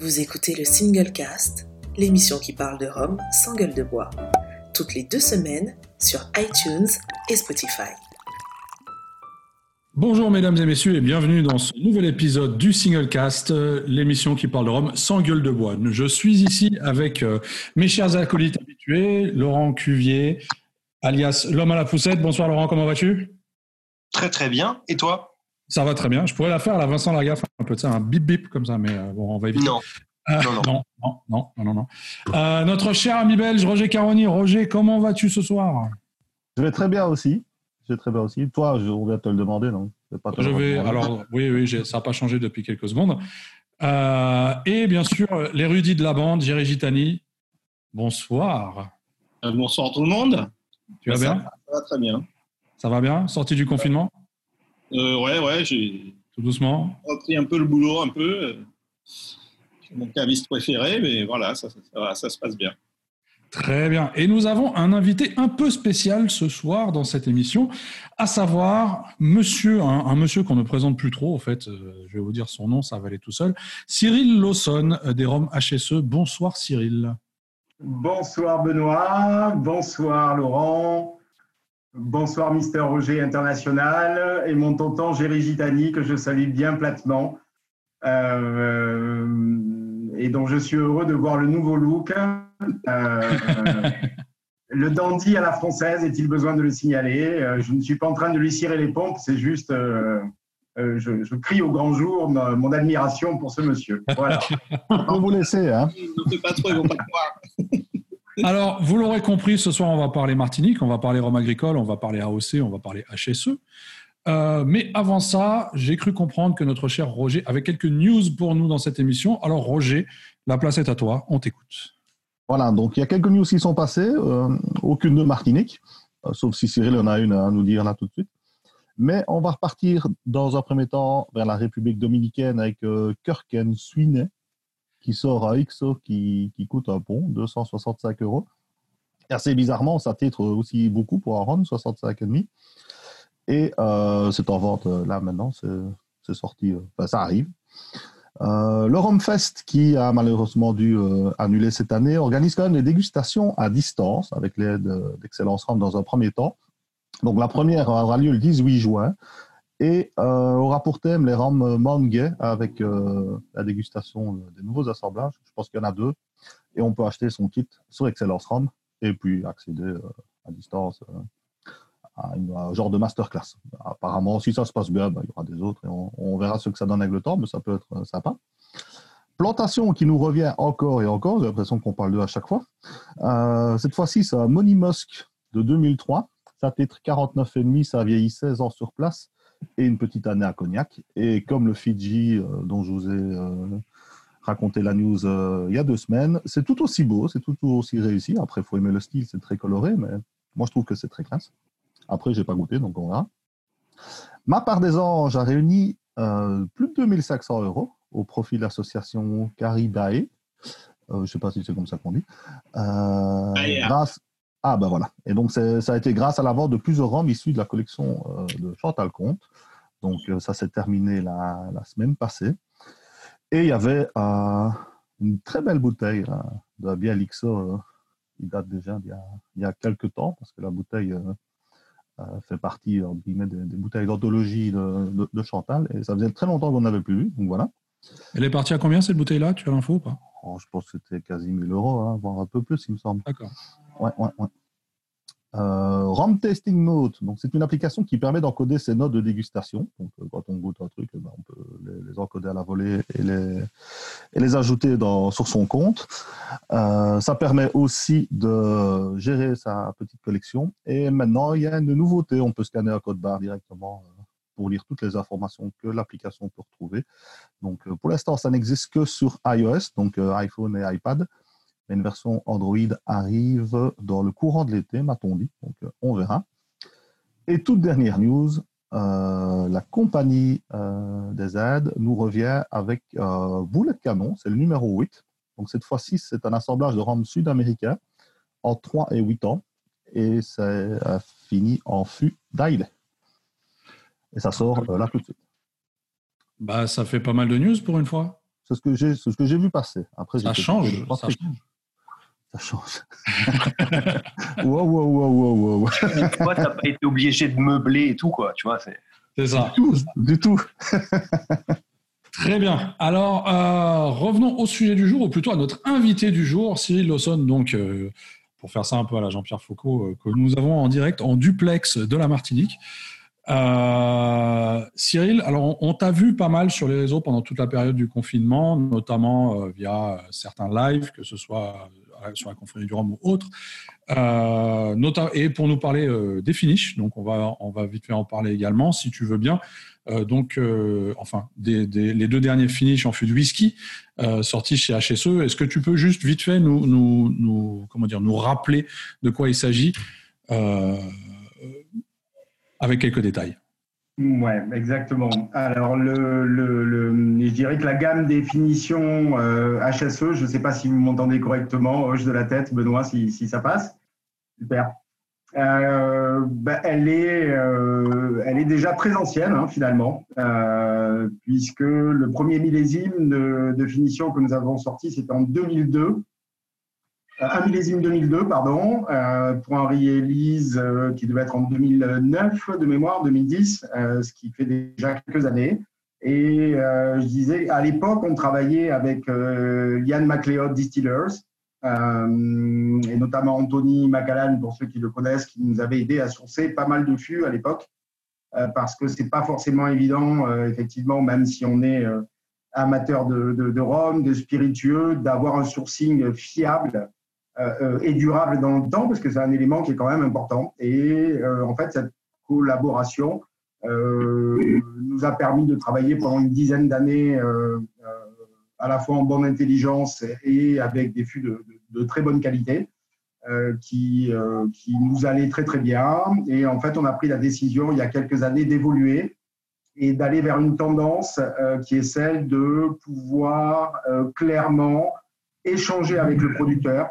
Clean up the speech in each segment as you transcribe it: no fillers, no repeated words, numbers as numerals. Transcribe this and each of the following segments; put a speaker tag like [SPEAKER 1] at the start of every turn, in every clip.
[SPEAKER 1] Vous écoutez le Single Cast, l'émission qui parle de rhum sans gueule de bois, toutes les 2 semaines sur iTunes et Spotify.
[SPEAKER 2] Bonjour mesdames et messieurs et bienvenue dans ce nouvel épisode du Single Cast, l'émission qui parle de rhum sans gueule de bois. Je suis ici avec mes chers acolytes habitués, Laurent Cuvier, alias l'homme à la poussette. Bonsoir Laurent, comment vas-tu ?
[SPEAKER 3] Très très bien, et toi ?
[SPEAKER 2] Ça va très bien, je pourrais la faire à la Vincent Lagaffe, un peu de ça, un bip bip comme ça, mais bon, on va éviter.
[SPEAKER 3] Non.
[SPEAKER 2] Non. Notre cher ami belge, Roger Caroni. Roger, comment vas-tu ce soir ?
[SPEAKER 4] Je vais très bien aussi. Toi, on vient te le demander, non ?
[SPEAKER 2] Oui, ça n'a pas changé depuis quelques secondes. Et bien sûr, l'érudit de la bande, Jerry Gitani. Bonsoir.
[SPEAKER 5] Bonsoir tout le monde.
[SPEAKER 2] Tu vas bien ?
[SPEAKER 5] Ça va très bien.
[SPEAKER 2] Ça va bien ? Sorti du confinement ?
[SPEAKER 5] Ouais, j'ai
[SPEAKER 2] tout doucement
[SPEAKER 5] repris un peu le boulot, C'est mon caviste préféré, mais voilà, ça se passe bien.
[SPEAKER 2] Très bien. Et nous avons un invité un peu spécial ce soir dans cette émission, à savoir un monsieur qu'on ne présente plus trop, en fait. Je vais vous dire son nom, ça va aller tout seul. Cyril Lawson des Rhums HSE. Bonsoir Cyril.
[SPEAKER 6] Bonsoir Benoît, bonsoir Laurent, bonsoir Mister Roger International et mon tonton Jerry Gitani que je salue bien platement et dont je suis heureux de voir le nouveau look. Le dandy à la française, est-il besoin de le signaler ? Je ne suis pas en train de lui cirer les pompes, c'est juste je crie au grand jour mon admiration pour ce monsieur. Voilà.
[SPEAKER 4] On peut vous laisser, hein.
[SPEAKER 5] Ne fais pas trop, ils vont pas te croire.
[SPEAKER 2] Alors, vous l'aurez compris, ce soir, on va parler Martinique, on va parler rhum agricole, on va parler AOC, on va parler HSE. Mais avant ça, j'ai cru comprendre que notre cher Roger avait quelques news pour nous dans cette émission. Alors, Roger, la place est à toi, on t'écoute.
[SPEAKER 4] Voilà, donc il y a quelques news qui sont passées, aucune de Martinique, sauf si Cyril en a une à nous dire là tout de suite. Mais on va repartir dans un premier temps vers la République dominicaine avec Kirken Swinney, qui sort à XO qui coûte un pont, 265 €. Et assez bizarrement, ça titre aussi beaucoup pour un rhum, 65,5 €. Et c'est en vente là maintenant, c'est sorti, ça arrive. Le Rhumfest, qui a malheureusement dû annuler cette année, organise quand même des dégustations à distance avec l'aide d'Excellence Rhum dans un premier temps. Donc la première aura lieu le 18 juin et aura pour thème les rhums Mangay avec la dégustation des nouveaux assemblages. Je pense qu'il y en a 2 et on peut acheter son kit sur Excellence Rhum et puis accéder à distance à un genre de masterclass. Apparemment, si ça se passe bien, il y aura des autres et on verra ce que ça donne avec le temps, mais ça peut être sympa. Plantation qui nous revient encore et encore, j'ai l'impression qu'on parle d'eux à chaque fois. Cette fois-ci, c'est un Money Musk de 2003. Ça titre 49,5, ça a vieilli 16 ans sur place et une petite année à Cognac. Et comme le Fidji dont je vous ai raconté la news il y a 2 semaines, c'est tout aussi beau, c'est tout aussi réussi. Après, il faut aimer le style, c'est très coloré, mais moi je trouve que c'est très classe. Après, je n'ai pas goûté, donc on verra. Ma part des anges a réuni plus de 2500 € au profit de l'association Caribae. Je ne sais pas si c'est comme ça qu'on dit. Grâce... Ah, ben voilà. Et donc, ça a été grâce à la vente de plusieurs rhums issus de la collection de Chantal Comte. Donc, ça s'est terminé la semaine passée. Et il y avait une très belle bouteille de la Bialixa. Il date déjà il y a quelques temps, parce que la bouteille... fait partie des bouteilles d'anthologie de Chantal, et ça faisait très longtemps qu'on n'avait plus vu, donc voilà.
[SPEAKER 2] Elle est partie à combien cette bouteille-là ? Tu as l'info ou pas ?
[SPEAKER 4] Je pense que c'était quasi 1 000 €, voire un peu plus, il me semble.
[SPEAKER 2] D'accord.
[SPEAKER 4] Ouais. Rhum Tasting Note, donc c'est une application qui permet d'encoder ses notes de dégustation. Donc quand on goûte un truc, on peut les encoder à la volée et les ajouter sur son compte. Ça permet aussi de gérer sa petite collection. Et maintenant, il y a une nouveauté, on peut scanner un code barre directement pour lire toutes les informations que l'application peut retrouver. Donc pour l'instant, ça n'existe que sur iOS, donc iPhone et iPad. Une version Android arrive dans le courant de l'été, m'a-t-on dit. Donc, on verra. Et toute dernière news, la compagnie des aides nous revient avec Boulet de Canon, c'est le numéro 8. Donc, cette fois-ci, c'est un assemblage de rhum sud-américain en 3 et 8 ans. Et c'est fini en fût d'Ailey. Et ça sort là tout de suite.
[SPEAKER 2] Bah, ça fait pas mal de news pour une fois.
[SPEAKER 4] C'est ce que j'ai vu passer. Après,
[SPEAKER 2] Ça change.
[SPEAKER 4] Ça change. Wow.
[SPEAKER 7] Toi, t'as pas été obligé de meubler et tout, quoi. Tu vois,
[SPEAKER 2] C'est ça.
[SPEAKER 4] Du tout.
[SPEAKER 2] Très bien. Alors, revenons au sujet du jour, ou plutôt à notre invité du jour, Cyril Lawson, donc, pour faire ça un peu à la Jean-Pierre Foucault, que nous avons en direct, en duplex de la Martinique. Cyril, alors on t'a vu pas mal sur les réseaux pendant toute la période du confinement, notamment via certains lives, que ce soit sur la confrérie du Rhum ou autre, et pour nous parler des finishes, donc on va vite fait en parler également, si tu veux bien. Les 2 derniers finishes en fût de whisky sortis chez HSE. Est-ce que tu peux juste vite fait nous rappeler de quoi il s'agit avec quelques détails?
[SPEAKER 6] Ouais, exactement. Alors, je dirais que la gamme des finitions HSE, je ne sais pas si vous m'entendez correctement, hoche de la tête, Benoît, si ça passe. Super. Elle est déjà très ancienne, hein, finalement, puisque le premier millésime de finition que nous avons sorti, c'était en 2002. Un millésime 2002, pardon, pour Henri et Lise, qui devait être en 2009 de mémoire, 2010, ce qui fait déjà quelques années. Et je disais, à l'époque, on travaillait avec Ian MacLeod Distillers, et notamment Anthony Macallan, pour ceux qui le connaissent, qui nous avait aidé à sourcer pas mal de fûts à l'époque, parce que c'est pas forcément évident, effectivement, même si on est amateur de rhum, de spiritueux, d'avoir un sourcing fiable et durable dans le temps, parce que c'est un élément qui est quand même important. Et en fait, cette collaboration nous a permis de travailler pendant une dizaine d'années à la fois en bonne intelligence et avec des fûts de très bonne qualité qui nous allaient très très bien. Et en fait, on a pris la décision il y a quelques années d'évoluer et d'aller vers une tendance qui est celle de pouvoir clairement échanger avec le producteur.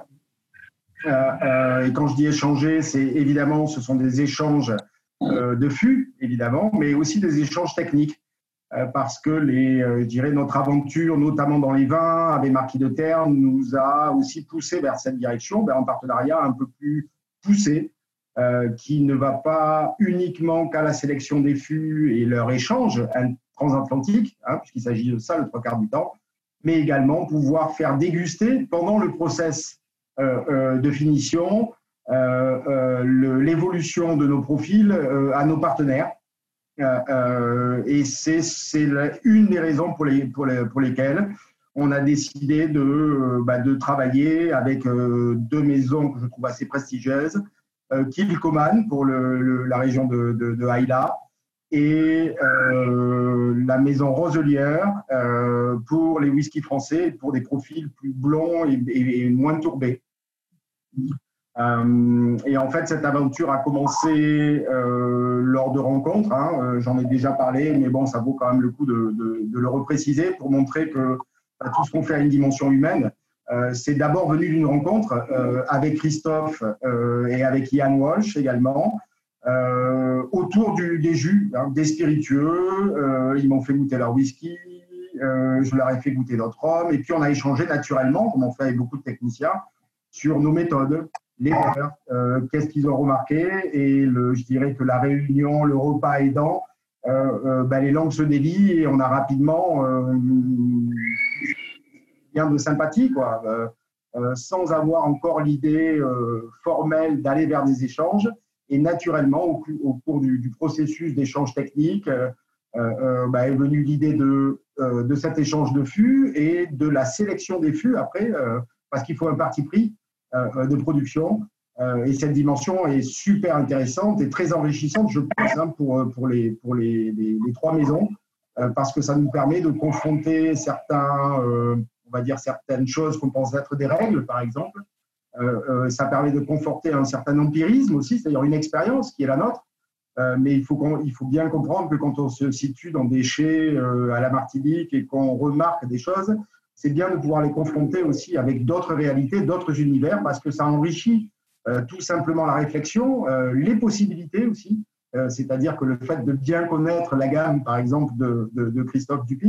[SPEAKER 6] Et quand je dis échanger, c'est évidemment, ce sont des échanges de fûts, évidemment, mais aussi des échanges techniques. Parce que je dirais notre aventure, notamment dans les vins, avec Marquis de Terre, nous a aussi poussé vers cette direction, vers un partenariat un peu plus poussé, qui ne va pas uniquement qu'à la sélection des fûts et leur échange transatlantique, hein, puisqu'il s'agit de ça le 3/4 du temps, mais également pouvoir faire déguster pendant le process de finition l'évolution de nos profils à nos partenaires. Et c'est une des raisons pour lesquelles on a décidé de travailler avec 2 maisons que je trouve assez prestigieuses, Kilchoman pour la région de Haïla et la maison Roselière pour les whiskies français, pour des profils plus blonds et moins tourbés. Et en fait, cette aventure a commencé lors de rencontres. Hein, j'en ai déjà parlé, mais bon, ça vaut quand même le coup de le repréciser pour montrer que tout ce qu'on fait a une dimension humaine. C'est d'abord venu d'une rencontre avec Christophe et avec Ian Walsh également, autour des jus, hein, des spiritueux. Ils m'ont fait goûter leur whisky, je leur ai fait goûter notre rhum, et puis on a échangé naturellement, comme on fait avec beaucoup de techniciens, sur nos méthodes, l'erreur, qu'est-ce qu'ils ont remarqué, et je dirais que la réunion, le repas aidant, les langues se délient et on a rapidement bien de sympathie, quoi, sans avoir encore l'idée formelle d'aller vers des échanges. Et naturellement, au cours du processus d'échange technique, est venue l'idée de cet échange de fûts et de la sélection des fûts après, parce qu'il faut un parti pris de production. Et cette dimension est super intéressante et très enrichissante, je pense, hein, pour les 3 maisons, parce que ça nous permet de confronter certaines choses qu'on pense être des règles, par exemple. Ça permet de conforter un certain empirisme aussi, c'est-à-dire une expérience qui est la nôtre. Mais il faut bien comprendre que quand on se situe dans des chais à la Martinique et qu'on remarque des choses, c'est bien de pouvoir les confronter aussi avec d'autres réalités, d'autres univers, parce que ça enrichit tout simplement la réflexion, les possibilités aussi. C'est-à-dire que le fait de bien connaître la gamme, par exemple, de Christophe Dupic,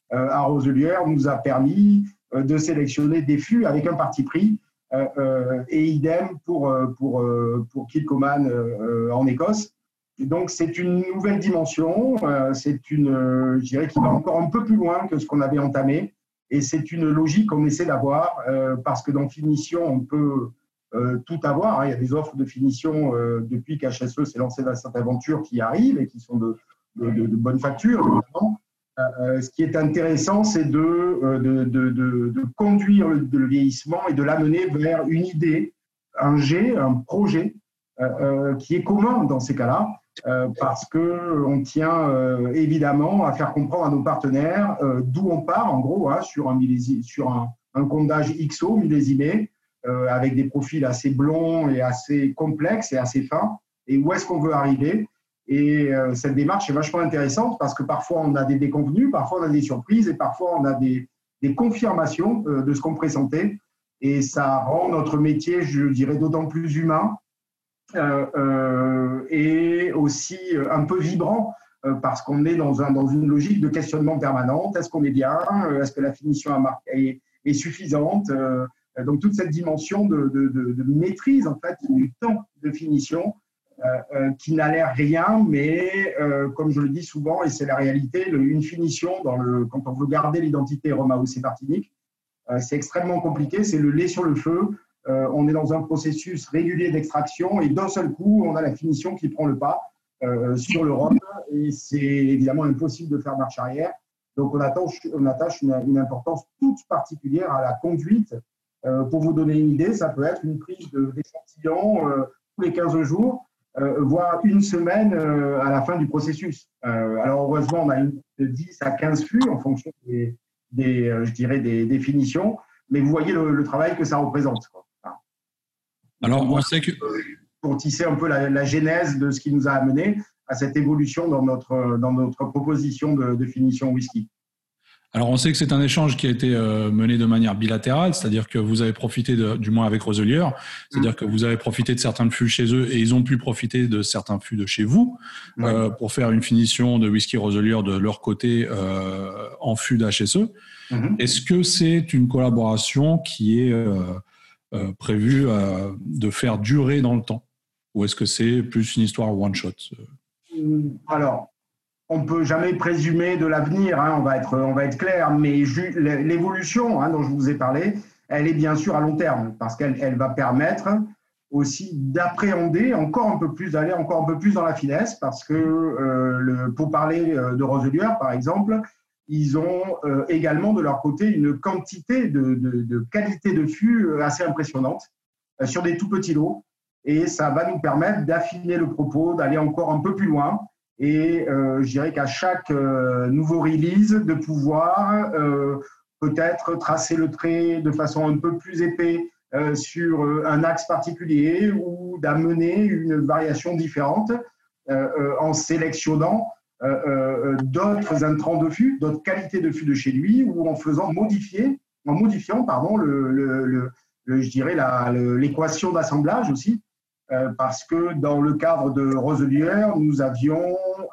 [SPEAKER 6] à Roselière nous a permis de sélectionner des fûts avec un parti pris, et idem pour Kilchoman en Écosse. Et donc, c'est une nouvelle dimension, je dirais qu'il va encore un peu plus loin que ce qu'on avait entamé, et c'est une logique qu'on essaie d'avoir, parce que dans finition, on peut tout avoir. Il y a des offres de finition depuis qu'HSE s'est lancé dans cette aventure qui arrivent et qui sont de bonne facture, évidemment. Ce qui est intéressant, c'est de conduire le vieillissement et de l'amener vers une idée, un projet qui est commun dans ces cas-là, parce qu'on tient évidemment à faire comprendre à nos partenaires d'où on part, en gros, sur un compte d'âge XO millésimé, avec des profils assez blonds et assez complexes et assez fins, et où est-ce qu'on veut arriver. Et cette démarche est vachement intéressante parce que parfois on a des déconvenues, parfois on a des surprises et parfois on a des confirmations de ce qu'on pressentait. Et ça rend notre métier, je dirais, d'autant plus humain et aussi un peu vibrant parce qu'on est dans une logique de questionnement permanente. Est-ce qu'on est bien ? Est-ce que la finition est suffisante ? Donc toute cette dimension de maîtrise en fait du temps de finition qui n'a l'air rien, mais comme je le dis souvent, et c'est la réalité, une finition, quand on veut garder l'identité Rome AOC Martinique, c'est extrêmement compliqué, c'est le lait sur le feu, on est dans un processus régulier d'extraction et d'un seul coup, on a la finition qui prend le pas sur le rhum et c'est évidemment impossible de faire marche arrière. Donc on attache une importance toute particulière à la conduite. Pour vous donner une idée, ça peut être une prise d'échantillon tous les 15 jours, voire une semaine à la fin du processus. Alors heureusement, on a de 10 à 15 fûts en fonction des finitions, mais vous voyez le travail que ça représente, quoi.
[SPEAKER 2] Alors, on sait que...
[SPEAKER 6] Pour tisser un peu la genèse de ce qui nous a amené à cette évolution dans notre proposition de finition whisky.
[SPEAKER 2] Alors, on sait que c'est un échange qui a été mené de manière bilatérale, c'est-à-dire que vous avez profité, du moins avec Roselière, c'est-à-dire que vous avez profité de certains fûts chez eux et ils ont pu profiter de certains fûts de chez vous pour faire une finition de whisky Roselière de leur côté en fût d'HSE. Est-ce que c'est une collaboration qui est prévue de faire durer dans le temps ou est-ce que c'est plus une histoire one-shot ?
[SPEAKER 6] Alors, on ne peut jamais présumer de l'avenir, on va être clair, mais l'évolution dont je vous ai parlé, elle est bien sûr à long terme, parce qu'elle va permettre aussi d'appréhender encore un peu plus, d'aller encore un peu plus dans la finesse, parce que pour parler de Roselière, par exemple, ils ont également de leur côté une quantité de qualité de fût assez impressionnante sur des tout petits lots, et ça va nous permettre d'affiner le propos, d'aller encore un peu plus loin. Et je dirais qu'à chaque nouveau release, de pouvoir peut-être tracer le trait de façon un peu plus épais sur un axe particulier ou d'amener une variation différente en sélectionnant d'autres intrants de fût, d'autres qualités de fût de chez lui ou en modifiant je dirais l'équation d'assemblage aussi. Parce que dans le cadre de Roselière, nous avions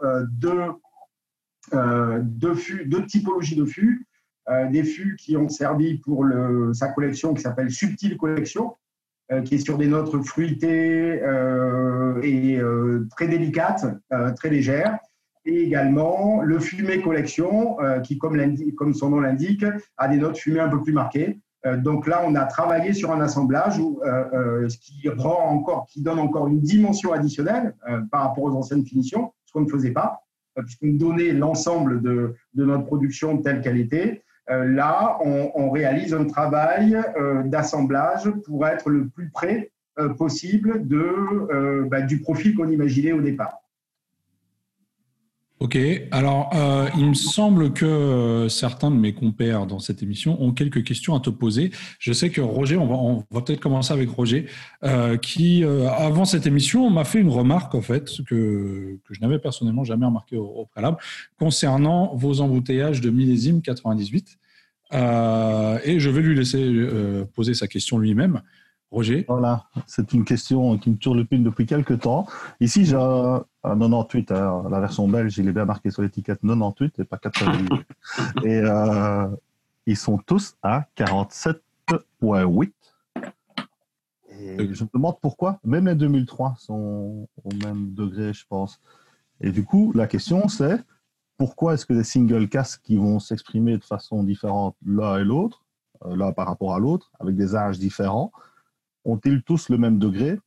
[SPEAKER 6] deux typologies de fûts. Des fûts qui ont servi pour sa collection qui s'appelle Subtile Collection, qui est sur des notes fruitées et très délicates, très légères. Et également le Fumé Collection, qui, comme son nom l'indique, a des notes fumées un peu plus marquées. Donc là, on a travaillé sur un assemblage qui donne encore une dimension additionnelle par rapport aux anciennes finitions, ce qu'on ne faisait pas, puisqu'on donnait l'ensemble de notre production telle qu'elle était. Là, on réalise un travail d'assemblage pour être le plus près possible du profil qu'on imaginait au départ.
[SPEAKER 2] Ok, alors il me semble que certains de mes compères dans cette émission ont quelques questions à te poser. Je sais que Roger, on va peut-être commencer avec Roger, qui avant cette émission m'a fait une remarque en fait que je n'avais personnellement jamais remarqué au préalable concernant vos embouteillages de millésime 98. Et je vais lui laisser poser sa question lui-même. Roger?
[SPEAKER 4] Voilà, c'est une question qui me turlupine depuis quelques temps. Ici, j'ai un 98, hein, la version belge, il est bien marqué sur l'étiquette 98 et pas 88. Et ils sont tous à 47,8. Et je me demande pourquoi. Même les 2003 sont au même degré, je pense. Et du coup, la question, c'est pourquoi est-ce que des single casques qui vont s'exprimer de façon différente l'un et l'autre, l'un par rapport à l'autre, avec des âges différents, ont-ils tous le même degré?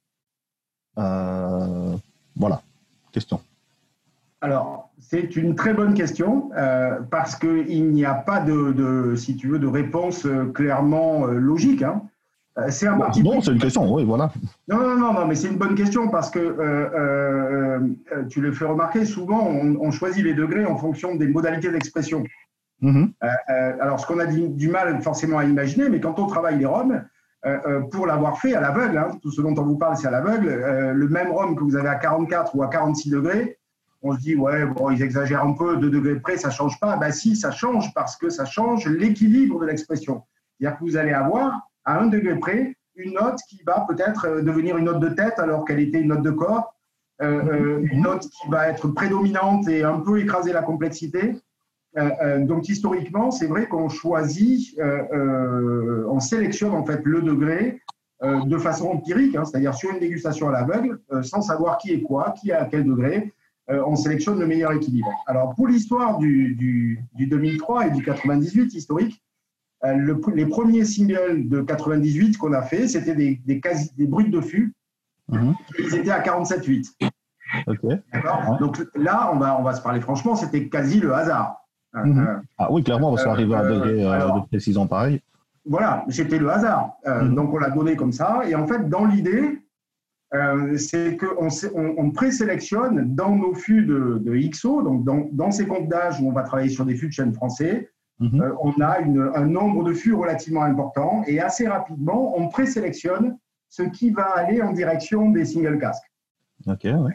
[SPEAKER 4] Voilà, question.
[SPEAKER 6] Alors, c'est une très bonne question parce qu'il n'y a pas si tu veux, de réponse clairement logique. Hein. C'est un parti
[SPEAKER 4] non, c'est une question, oui, voilà.
[SPEAKER 6] Non, mais c'est une bonne question parce que tu le fais remarquer, souvent on choisit les degrés en fonction des modalités d'expression. Alors, ce qu'on a du mal forcément à imaginer, mais quand on travaille les ROM, pour l'avoir fait à l'aveugle, hein, tout ce dont on vous parle, c'est à l'aveugle, le même ROM que vous avez à 44 ou à 46 degrés, on se dit, ouais, bon, ils exagèrent un peu, 2 degrés près, ça ne change pas. Ben si, ça change parce que ça change l'équilibre de l'expression. C'est-à-dire que vous allez avoir, à 1 degré près, une note qui va peut-être devenir une note de tête alors qu'elle était une note de corps, une note qui va être prédominante et un peu écraser la complexité. Donc historiquement, c'est vrai qu'on choisit, on sélectionne en fait le degré de façon empirique, hein, c'est-à-dire sur une dégustation à l'aveugle, sans savoir qui est quoi, qui est à quel degré, on sélectionne le meilleur équilibre. Alors pour l'histoire du 2003 et du 98 historique, les premiers singles de 98 qu'on a fait, c'était des brutes de fût, ils étaient à 47,8.
[SPEAKER 4] Okay.
[SPEAKER 6] D'accord. Donc là, on va se parler franchement, c'était quasi le hasard.
[SPEAKER 4] Ah oui, clairement, parce qu'arriver à un degré de précision pareil.
[SPEAKER 6] Voilà, c'était le hasard. Donc, on l'a donné comme ça. Et en fait, dans l'idée, c'est qu'on présélectionne dans nos fûts de XO, donc dans ces comptes d'âge où on va travailler sur des fûts de chêne français, on a un nombre de fûts relativement important. Et assez rapidement, on présélectionne ce qui va aller en direction des single casques.
[SPEAKER 4] OK, ouais.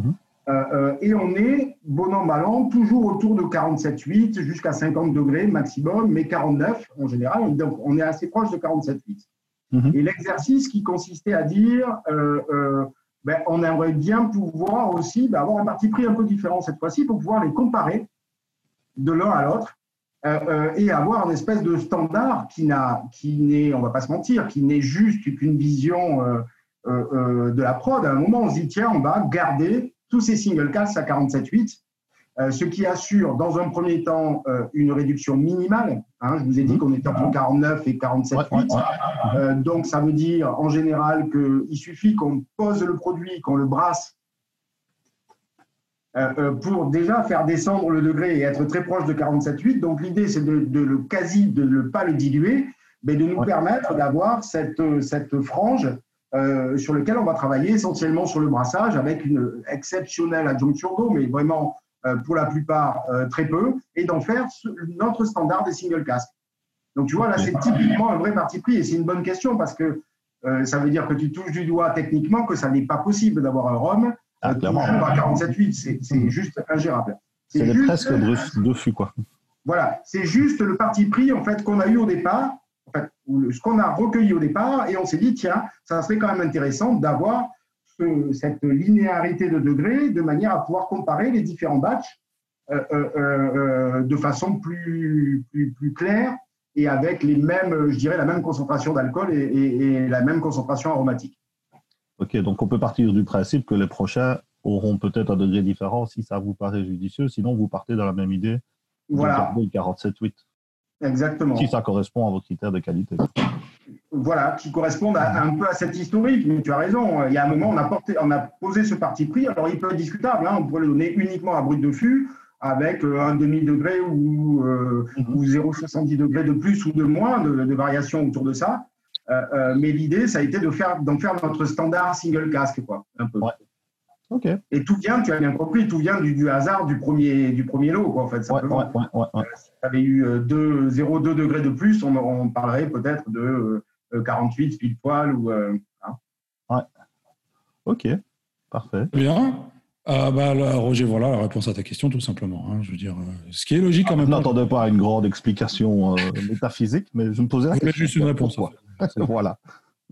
[SPEAKER 6] Et on est, bon an, mal an, toujours autour de 47,8 jusqu'à 50 degrés maximum, mais 49 en général. Donc, on est assez proche de 47,8. Et l'exercice qui consistait à dire, on aimerait bien pouvoir aussi avoir un parti pris un peu différent cette fois-ci pour pouvoir les comparer de l'un à l'autre et avoir une espèce de standard qui n'est, on va pas se mentir, qui n'est juste qu'une vision de la prod. À un moment, on se dit, tiens, on va garder tous ces single casques à 47,8, ce qui assure dans un premier temps une réduction minimale. Hein, je vous ai dit qu'on était entre 49 et 47,8. Donc, ça veut dire en général qu'il suffit qu'on pose le produit, qu'on le brasse pour déjà faire descendre le degré et être très proche de 47,8. Donc, l'idée, c'est de ne pas le diluer, mais de nous permettre d'avoir cette frange sur lequel on va travailler essentiellement sur le brassage avec une exceptionnelle adjonction d'eau, mais vraiment pour la plupart très peu, et d'en faire notre standard des single casques. Donc tu vois, là c'est typiquement un vrai parti pris, et c'est une bonne question parce que ça veut dire que tu touches du doigt techniquement que ça n'est pas possible d'avoir un rhum toujours à 47,8, c'est juste ingérable.
[SPEAKER 4] C'est presque de fût, quoi.
[SPEAKER 6] Voilà, c'est juste le parti pris en fait qu'on a eu au départ, en fait, ce qu'on a recueilli au départ, et on s'est dit, tiens, ça serait quand même intéressant d'avoir cette linéarité de degrés de manière à pouvoir comparer les différents batchs de façon plus claire et avec les mêmes, je dirais, la même concentration d'alcool et la même concentration aromatique.
[SPEAKER 4] Ok, donc on peut partir du principe que les prochains auront peut-être un degré différent si ça vous paraît judicieux, sinon vous partez dans la même idée de garder le 47,8.
[SPEAKER 6] Exactement.
[SPEAKER 4] Si ça correspond à vos critères de qualité.
[SPEAKER 6] Voilà, qui correspondent un peu à cette historique, mais tu as raison. Il y a un moment, on a posé ce parti pris. Alors, il peut être discutable. Hein, on pourrait le donner uniquement à brut de fût, avec un demi-degré ou 0,70 degrés de plus ou de moins de variation autour de ça. Mais l'idée, ça a été d'en faire notre standard single casque, quoi, un peu. Ouais.
[SPEAKER 4] Ok.
[SPEAKER 6] Et tout vient, tu as bien compris, tout vient du hasard du premier lot, quoi, en fait. Simplement. Si tu avais eu 0,2 degrés de plus, on parlerait peut-être de 48 pile poil ou.
[SPEAKER 4] Ouais. Ok. Parfait.
[SPEAKER 2] Bien. Là, Roger, voilà la réponse à ta question, tout simplement. Hein, je veux dire, ce qui est logique en même temps.
[SPEAKER 4] Je n'attendais pas à une grande explication métaphysique, mais je me posais la question.
[SPEAKER 2] juste une réponse.
[SPEAKER 4] Voilà.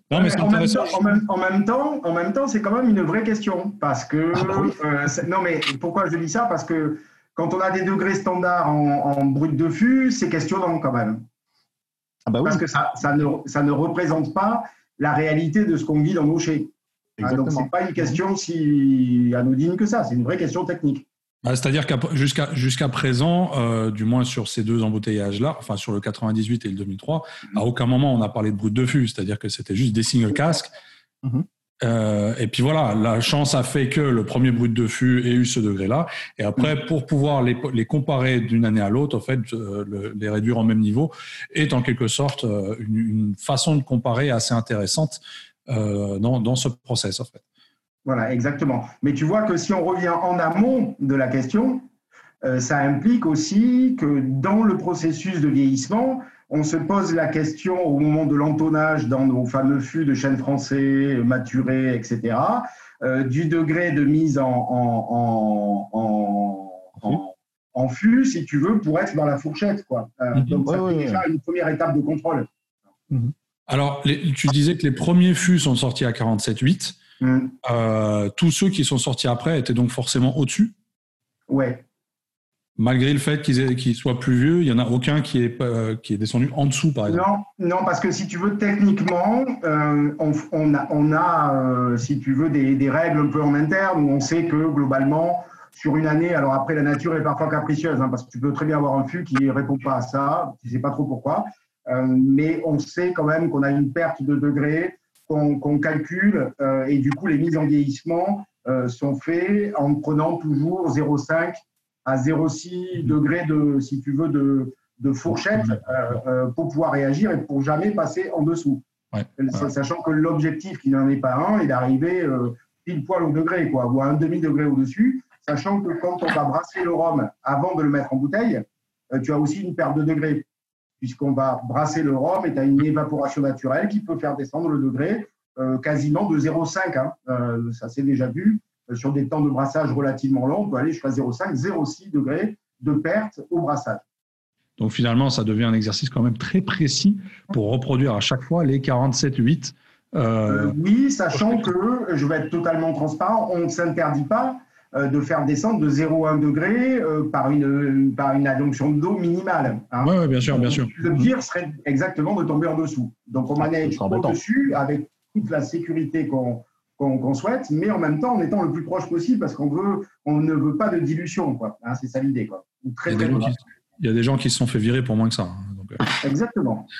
[SPEAKER 2] Non, mais c'est intéressant.
[SPEAKER 6] En même temps, c'est quand même une vraie question. Parce que. Non, mais pourquoi je dis ça? Parce que quand on a des degrés standards en brut de fût, c'est questionnant quand même. Parce que ça ne représente pas la réalité de ce qu'on vit dans nos chais. Donc, ce n'est pas une question si anodine que ça, c'est une vraie question technique.
[SPEAKER 2] C'est-à-dire qu'à jusqu'à présent, du moins sur ces deux embouteillages-là, enfin sur le 98 et le 2003, à aucun moment on a parlé de brut de fût, c'est-à-dire que c'était juste des single casques. Et puis voilà, la chance a fait que le premier brut de fût ait eu ce degré-là. Et après, pour pouvoir les comparer d'une année à l'autre, en fait, les réduire au même niveau est en quelque sorte une façon de comparer assez intéressante dans ce process, en fait.
[SPEAKER 6] Voilà, exactement. Mais tu vois que si on revient en amont de la question, ça implique aussi que dans le processus de vieillissement, on se pose la question au moment de l'entonnage dans nos fameux fûts de chêne français, maturés, etc., du degré de mise en fût, si tu veux, pour être dans la fourchette, quoi. Donc, ça fait déjà une première étape de contrôle.
[SPEAKER 2] Alors, tu disais que les premiers fûts sont sortis à 47,8. Tous ceux qui sont sortis après étaient donc forcément au-dessus.
[SPEAKER 6] Ouais.
[SPEAKER 2] Malgré le fait qu'ils soient plus vieux, il n'y en a aucun qui est descendu en dessous, par exemple.
[SPEAKER 6] Non, parce que si tu veux, techniquement, on a si tu veux, des règles un peu en interne où on sait que globalement, sur une année, alors après, la nature est parfois capricieuse, parce que tu peux très bien avoir un fût qui ne répond pas à ça, tu ne sais pas trop pourquoi, mais on sait quand même qu'on a une perte de degré qu'on calcule, et du coup, les mises en vieillissement sont faites en prenant toujours 0,5 à 0,6 degrés si tu veux, de fourchette pour pouvoir réagir et pour jamais passer en dessous. Sachant que l'objectif, qui n'en est pas un, est d'arriver pile poil au degré, quoi, ou à un demi-degré au-dessus, sachant que quand on va brasser le rhum avant de le mettre en bouteille, tu as aussi une perte de degré, puisqu'on va brasser le rhum et tu as une évaporation naturelle qui peut faire descendre le degré quasiment de 0,5. Ça s'est déjà vu. Sur des temps de brassage relativement longs, on peut aller jusqu'à 0,5, 0,6 degrés de perte au brassage.
[SPEAKER 2] Donc finalement, ça devient un exercice quand même très précis pour reproduire à chaque fois les 47,8.
[SPEAKER 6] Oui, sachant que, je vais être totalement transparent, on ne s'interdit pas de faire descendre de 0,1 degré par une adjonction d'eau minimale.
[SPEAKER 2] Oui, bien sûr, bien sûr.
[SPEAKER 6] Le pire serait exactement de tomber en dessous. Donc on manège au-dessus avec toute la sécurité qu'on souhaite, mais en même temps en étant le plus proche possible parce qu'on ne veut pas de dilution, quoi. C'est ça l'idée, quoi.
[SPEAKER 2] Il y a des gens qui se sont fait virer pour moins que ça. Donc,
[SPEAKER 6] Exactement.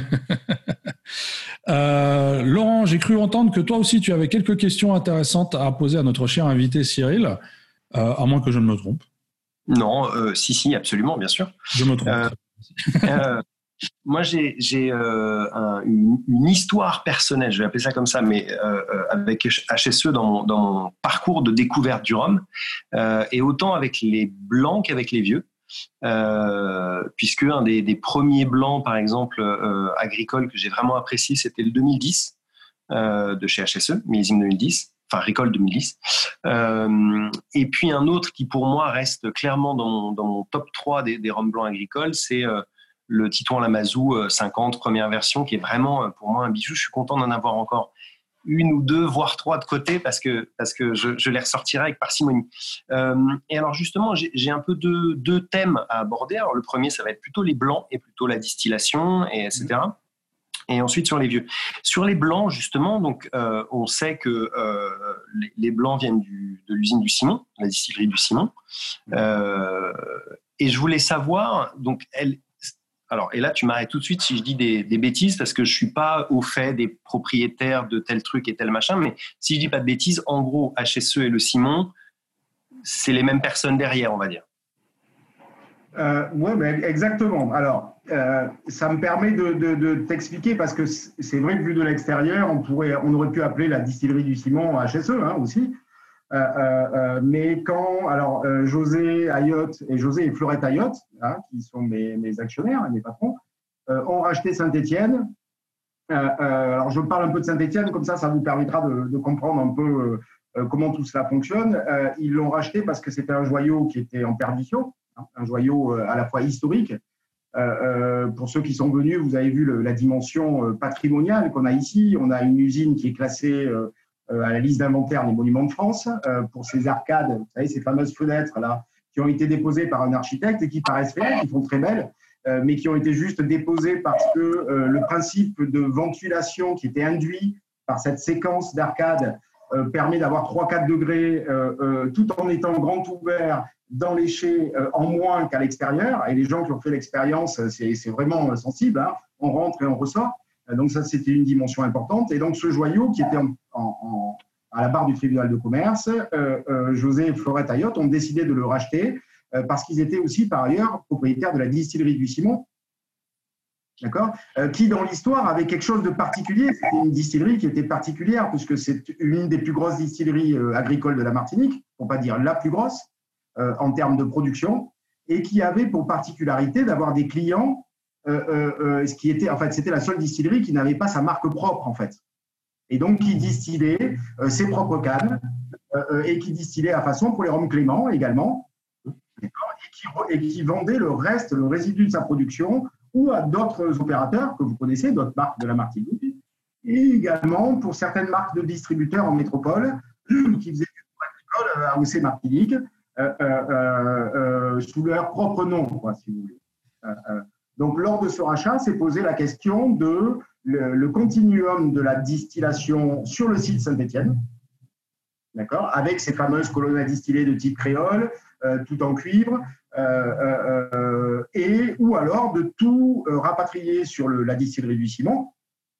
[SPEAKER 2] Laurent, j'ai cru entendre que toi aussi tu avais quelques questions intéressantes à poser à notre cher invité Cyril, à moins que je ne me trompe.
[SPEAKER 7] Non, si, absolument, bien sûr.
[SPEAKER 2] Je me trompe.
[SPEAKER 7] Moi, j'ai une histoire personnelle, je vais appeler ça comme ça, mais avec HSE dans mon parcours de découverte du rhum, et autant avec les blancs qu'avec les vieux, puisque un des premiers blancs, par exemple, agricoles que j'ai vraiment apprécié, c'était le 2010 de chez HSE, millésime 2010. Enfin, Ricole 2010. Et puis un autre qui, pour moi, reste clairement dans mon top 3 des rhums blancs agricoles, c'est le Titouan Lamazou 50, première version, qui est vraiment, pour moi, un bijou. Je suis content d'en avoir encore une ou deux, voire trois de côté, parce que je les ressortirai avec parcimonie. Et alors, justement, j'ai un peu deux thèmes à aborder. Alors, le premier, ça va être plutôt les blancs et plutôt la distillation, et etc. Et ensuite, sur les vieux. Sur les blancs, justement, donc, on sait que les blancs viennent de l'usine du Simon, la distillerie du Simon. Et je voulais savoir, donc, alors, et là, tu m'arrêtes tout de suite si je dis des bêtises, parce que je ne suis pas au fait des propriétaires de tel truc et tel machin, mais si je ne dis pas de bêtises, en gros, HSE et le Simon, c'est les mêmes personnes derrière, on va dire.
[SPEAKER 6] Oui, exactement. Alors, ça me permet de t'expliquer, parce que c'est vrai que vu de l'extérieur, on aurait pu appeler la distillerie du Simon HSE aussi. Mais alors José Ayotte et Fleurette Ayotte, qui sont mes actionnaires, mes patrons, ont racheté Saint-Étienne. Alors je parle un peu de Saint-Étienne, comme ça vous permettra de comprendre un peu comment tout cela fonctionne. Ils l'ont racheté parce que c'était un joyau qui était en perdition, un joyau à la fois historique Pour ceux qui sont venus, vous avez vu la dimension patrimoniale qu'on a ici. On a une usine qui est classée à la liste d'inventaire des monuments de France pour ces arcades, vous savez, ces fameuses fenêtres là, qui ont été déposées par un architecte et qui paraissent réelles, qui font très belles, mais qui ont été juste déposées parce que le principe de ventilation qui était induit par cette séquence d'arcades permet d'avoir 3-4 degrés tout en étant grand ouvert dans les chais en moins qu'à l'extérieur. Et les gens qui ont fait l'expérience, c'est vraiment sensible, hein. On rentre et on ressort. Donc ça, c'était une dimension importante. Et donc ce joyau qui était à la barre du tribunal de commerce, José et Florette Ayotte ont décidé de le racheter parce qu'ils étaient aussi par ailleurs propriétaires de la distillerie du Simon, d'accord, qui dans l'histoire avait quelque chose de particulier. C'était une distillerie qui était particulière puisque c'est une des plus grosses distilleries agricoles de la Martinique, pour ne pas dire la plus grosse en termes de production, et qui avait pour particularité d'avoir des clients, ce qui était, en fait, c'était la seule distillerie qui n'avait pas sa marque propre en fait, et donc qui distillait ses propres cannes et qui distillait à façon pour les rhums Clément également, et qui vendait le reste, le résidu de sa production, ou à d'autres opérateurs que vous connaissez, d'autres marques de la Martinique, et également pour certaines marques de distributeurs en métropole qui faisaient du agricole à AOC Martinique sous leur propre nom, quoi, si vous voulez. Donc, lors de ce rachat, s'est posé la question de le continuum de la distillation sur le site Saint-Étienne, d'accord, avec ces fameuses colonnes à distiller de type créole, tout en cuivre, et ou alors de tout rapatrier sur la distillerie du Simon.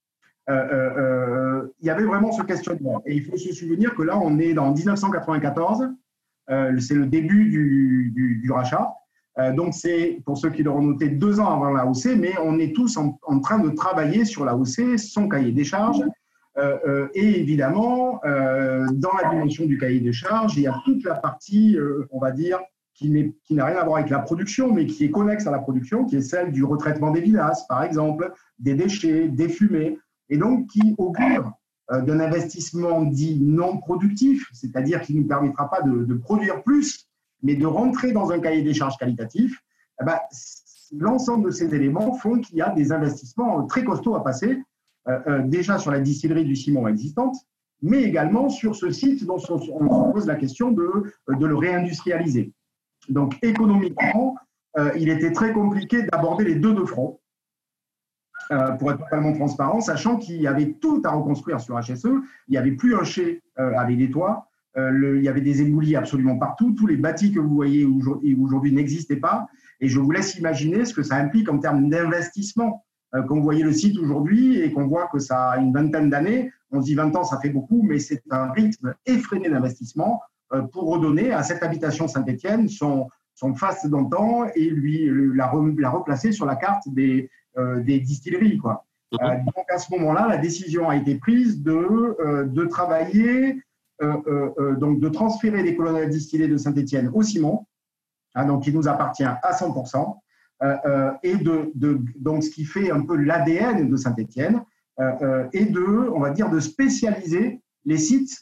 [SPEAKER 6] Il y avait vraiment ce questionnement. Et il faut se souvenir que là, on est dans 1994, c'est le début du rachat. Donc, c'est, pour ceux qui l'auront noté, 2 ans avant l'AOC, mais on est tous en train de travailler sur l'AOC, son cahier des charges. Et évidemment, dans la dimension du cahier des charges, il y a toute la partie, on va dire, qui n'a rien à voir avec la production, mais qui est connexe à la production, qui est celle du retraitement des vinasse, par exemple, des déchets, des fumées, et donc qui augure d'un investissement dit non productif, c'est-à-dire qui ne nous permettra pas de produire plus, mais de rentrer dans un cahier des charges qualitatif. Eh ben, l'ensemble de ces éléments font qu'il y a des investissements très costauds à passer, déjà sur la distillerie du Simon existante, mais également sur ce site dont on se pose la question de le réindustrialiser. Donc, économiquement, il était très compliqué d'aborder les deux de front, pour être totalement transparent, sachant qu'il y avait tout à reconstruire sur HSE. Il n'y avait plus un chai avec des toits, il y avait des éboulis absolument partout. Tous les bâtis que vous voyez aujourd'hui n'existaient pas. Et je vous laisse imaginer ce que ça implique en termes d'investissement. Quand vous voyez le site aujourd'hui et qu'on voit que ça a une vingtaine d'années, on se dit 20 ans, ça fait beaucoup, mais c'est un rythme effréné d'investissement pour redonner à cette habitation Saint-Étienne son faste d'antan et la replacer sur la carte des distilleries, quoi. Donc à ce moment-là, la décision a été prise de travailler, donc de transférer les colonnes à distiller de Saint-Étienne au Simon, donc qui nous appartient à 100%, et donc ce qui fait un peu l'ADN de Saint-Étienne, et on va dire, de spécialiser les sites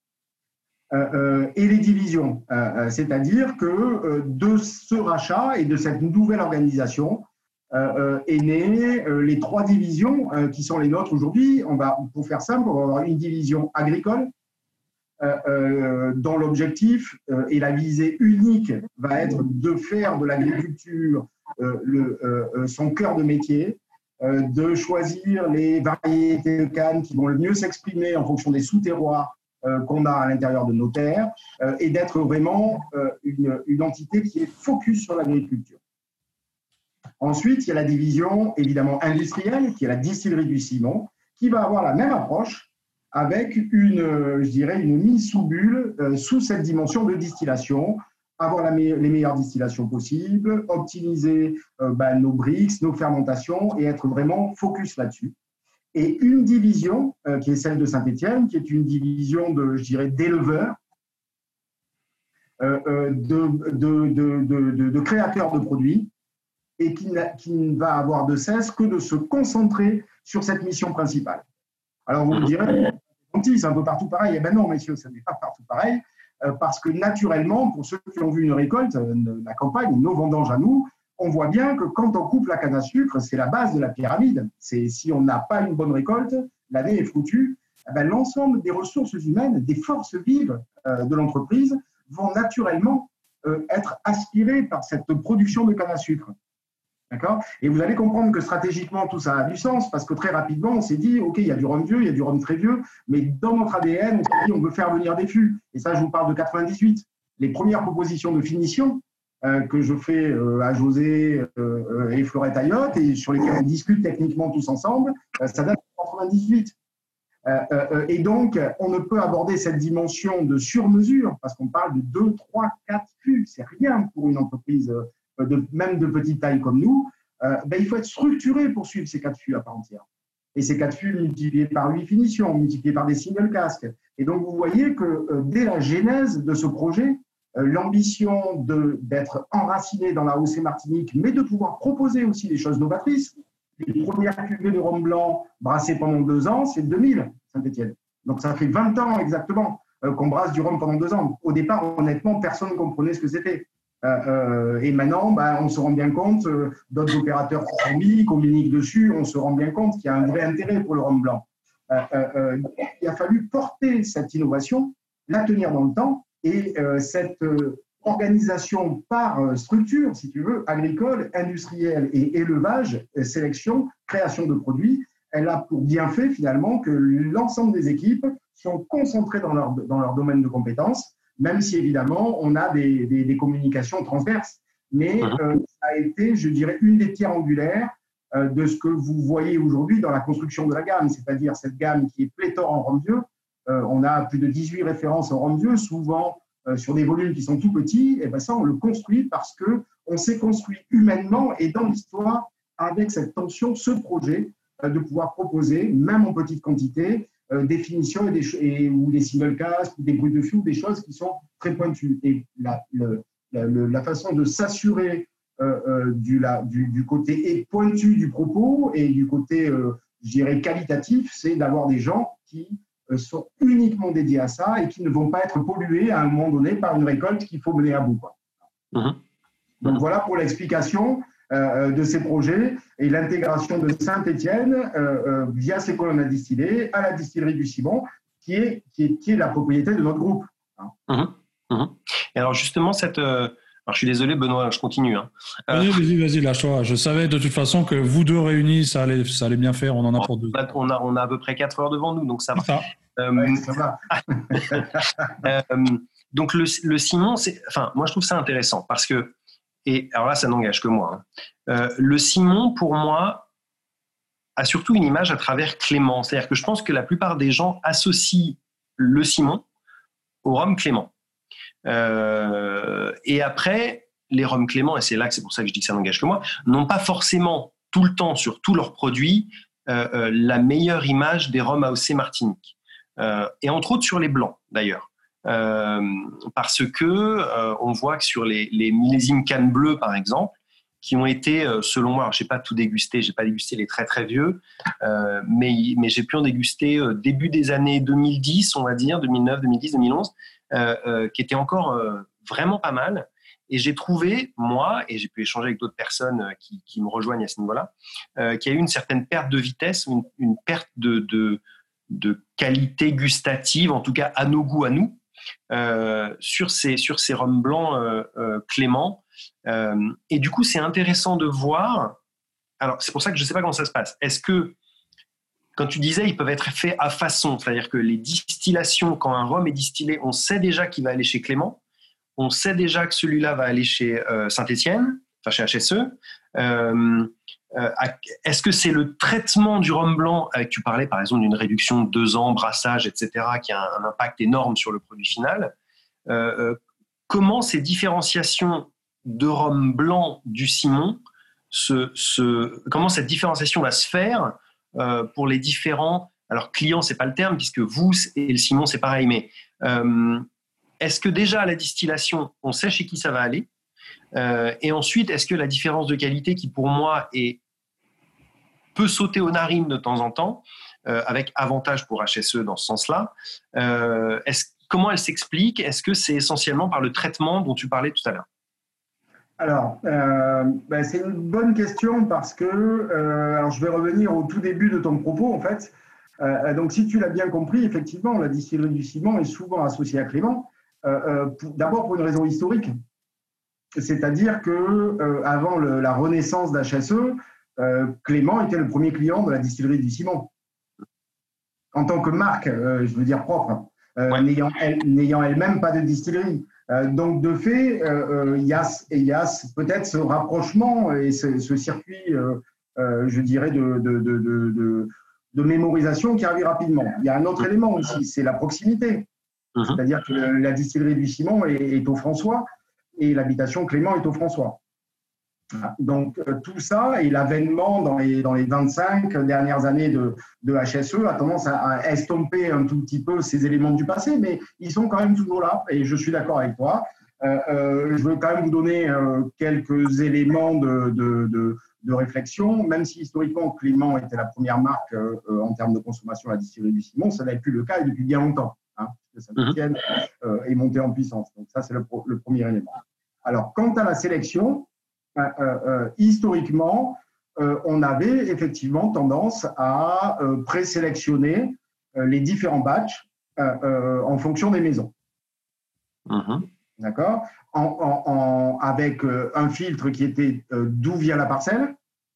[SPEAKER 6] et les divisions. C'est-à-dire que de ce rachat et de cette nouvelle organisation est née les 3 divisions qui sont les nôtres aujourd'hui. Pour faire simple, on va avoir une division agricole dont l'objectif et la visée unique va être de faire de l'agriculture son cœur de métier, de choisir les variétés de canne qui vont le mieux s'exprimer en fonction des sous-terroirs qu'on a à l'intérieur de nos terres, et d'être vraiment une entité qui est focus sur l'agriculture. Ensuite, il y a la division évidemment industrielle, qui est la distillerie du Simon, qui va avoir la même approche avec une mise sous bulle sous cette dimension de distillation, avoir les meilleures distillations possibles, optimiser nos brix, nos fermentations et être vraiment focus là-dessus. Et une division qui est celle de Saint-Étienne, qui est une division d'éleveurs, de créateurs de produits, et qui ne va avoir de cesse que de se concentrer sur cette mission principale. Alors vous me direz, c'est un peu partout pareil. Eh bien non, messieurs, ce n'est pas partout pareil, parce que naturellement, pour ceux qui ont vu une récolte, la campagne, nos vendanges à nous, on voit bien que quand on coupe la canne à sucre, c'est la base de la pyramide. Si on n'a pas une bonne récolte, l'année est foutue. L'ensemble des ressources humaines, des forces vives de l'entreprise vont naturellement être aspirées par cette production de canne à sucre. D'accord ? Et vous allez comprendre que stratégiquement, tout ça a du sens parce que très rapidement, on s'est dit, OK, il y a du rhum vieux, il y a du rhum très vieux, mais dans notre ADN, on s'est dit, on veut faire venir des fûts. Et ça, je vous parle de 98. Les premières propositions de finition que je fais à José et Florette Ayotte et sur lesquelles on discute techniquement tous ensemble, ça date de 98. Et donc, on ne peut aborder cette dimension de sur-mesure parce qu'on parle de 2, 3, 4 fûts. C'est rien pour une entreprise même de petite taille comme nous. Il faut être structuré pour suivre ces 4 fûts à part entière. Et ces 4 fûts multipliés par 8 finitions, multipliés par des single casques. Et donc, vous voyez que dès la genèse de ce projet, l'ambition d'être enraciné dans la AOC Martinique, mais de pouvoir proposer aussi des choses novatrices. Les premières cuvées de rhum blanc brassées pendant 2 ans, c'est 2000, Saint-Étienne. Donc, ça fait 20 ans exactement qu'on brasse du rhum pendant 2 ans. Au départ, honnêtement, personne ne comprenait ce que c'était. Et maintenant, on se rend bien compte, d'autres opérateurs communiquent dessus, on se rend bien compte qu'il y a un vrai intérêt pour le rhum blanc. Il a fallu porter cette innovation, la tenir dans le temps, et cette organisation par structure, si tu veux, agricole, industrielle et élevage, sélection, création de produits, elle a pour bienfait finalement que l'ensemble des équipes sont concentrées dans leur domaine de compétences, même si évidemment on a des communications transverses. Mais ça a été, je dirais, une des pierres angulaires de ce que vous voyez aujourd'hui dans la construction de la gamme, c'est-à-dire cette gamme qui est pléthore en rhum vieux. On a plus de 18 références en rhum vieux, souvent sur des volumes qui sont tout petits. Et ça, on le construit parce qu'on s'est construit humainement et dans l'histoire avec cette tension, ce projet de pouvoir proposer, même en petite quantité, des finitions ou des single casques ou des bruits de fût, des choses qui sont très pointues. Et la façon de s'assurer du côté pointu du propos et du côté, je dirais, qualitatif, c'est d'avoir des gens qui sont uniquement dédiés à ça et qui ne vont pas être pollués à un moment donné par une récolte qu'il faut mener à bout. Donc voilà pour l'explication de ces projets et l'intégration de Saint-Étienne via ces colonnes à distiller à la distillerie du Simon, qui est la propriété de notre groupe.
[SPEAKER 7] Et alors justement, alors je suis désolé Benoît, je continue.
[SPEAKER 2] Vas-y, lâche-toi. Je savais de toute façon que vous deux réunis, ça allait bien faire. On en a pour 2.
[SPEAKER 7] On a à peu près 4 heures devant nous, donc ça va.
[SPEAKER 2] Ça.
[SPEAKER 6] Ça va.
[SPEAKER 7] Donc le Simon, moi je trouve ça intéressant parce que, et alors là ça n'engage que moi, le Simon pour moi a surtout une image à travers Clément. C'est-à-dire que je pense que la plupart des gens associent le Simon au rhum Clément. Et après, les rhums Clément, et c'est pour ça que je dis que ça n'engage que moi, n'ont pas forcément tout le temps sur tous leurs produits la meilleure image des rhums AOC Martinique. Et entre autres sur les blancs d'ailleurs. Parce que on voit que sur les millésimes canne bleue par exemple, qui ont été, selon moi, alors je n'ai pas tout dégusté, je n'ai pas dégusté les très très vieux, mais j'ai pu en déguster début des années 2010, on va dire, 2009, 2010, 2011, qui étaient encore vraiment pas mal. Et j'ai trouvé, moi, et j'ai pu échanger avec d'autres personnes qui me rejoignent à ce niveau-là, qu'il y a eu une certaine perte de vitesse, une perte de qualité gustative, en tout cas à nos goûts, à nous, sur ces rhums blancs Clément. Et du coup, c'est intéressant de voir. Alors, c'est pour ça que je ne sais pas comment ça se passe. Est-ce que, quand tu disais, ils peuvent être faits à façon, c'est-à-dire que les distillations, quand un rhum est distillé, on sait déjà qu'il va aller chez Clément, on sait déjà que celui-là va aller chez Saint-Étienne, enfin chez HSE. Est-ce que c'est le traitement du rhum blanc, tu parlais par exemple d'une réduction de 2 ans, brassage, etc., qui a un impact énorme sur le produit final. Comment ces différenciations de rhum blanc du Simon, comment cette différenciation va se faire pour les différents, alors clients c'est pas le terme puisque vous et le Simon c'est pareil, mais est-ce que déjà à la distillation on sait chez qui ça va aller, et ensuite est-ce que la différence de qualité qui pour moi peut sauter aux narines de temps en temps, avec avantage pour HSE dans ce sens-là, comment elle s'explique? Est-ce que c'est essentiellement par le traitement dont tu parlais tout à l'heure?
[SPEAKER 6] Alors, c'est une bonne question parce que, alors je vais revenir au tout début de ton propos en fait. Donc, si tu l'as bien compris, effectivement, la distillerie du Simon est souvent associée à Clément. D'abord pour une raison historique, c'est-à-dire que avant la renaissance d'HSE, Clément était le premier client de la distillerie du Simon en tant que marque, je veux dire propre, n'ayant elle-même pas de distillerie. Donc de fait, il y a peut-être ce rapprochement et ce circuit, je dirais, de mémorisation qui arrive rapidement. Il y a un autre élément aussi, c'est la proximité. C'est-à-dire que la distillerie du Simon est au François et l'habitation Clément est au François. Donc tout ça et l'avènement dans les 25 dernières années de HSE a tendance à estomper un tout petit peu ces éléments du passé, mais ils sont quand même toujours là et je suis d'accord avec toi. Je veux quand même vous donner quelques éléments de réflexion, même si historiquement Clément était la première marque en termes de consommation à la distillerie du Simon, ça n'avait plus le cas et depuis bien longtemps. Saint-Étienne est monté en puissance. Donc ça, c'est le premier élément. Alors, quant à la sélection, historiquement, on avait effectivement tendance à présélectionner les différents batchs en fonction des maisons. D'accord ? Avec un filtre qui était d'où vient la parcelle,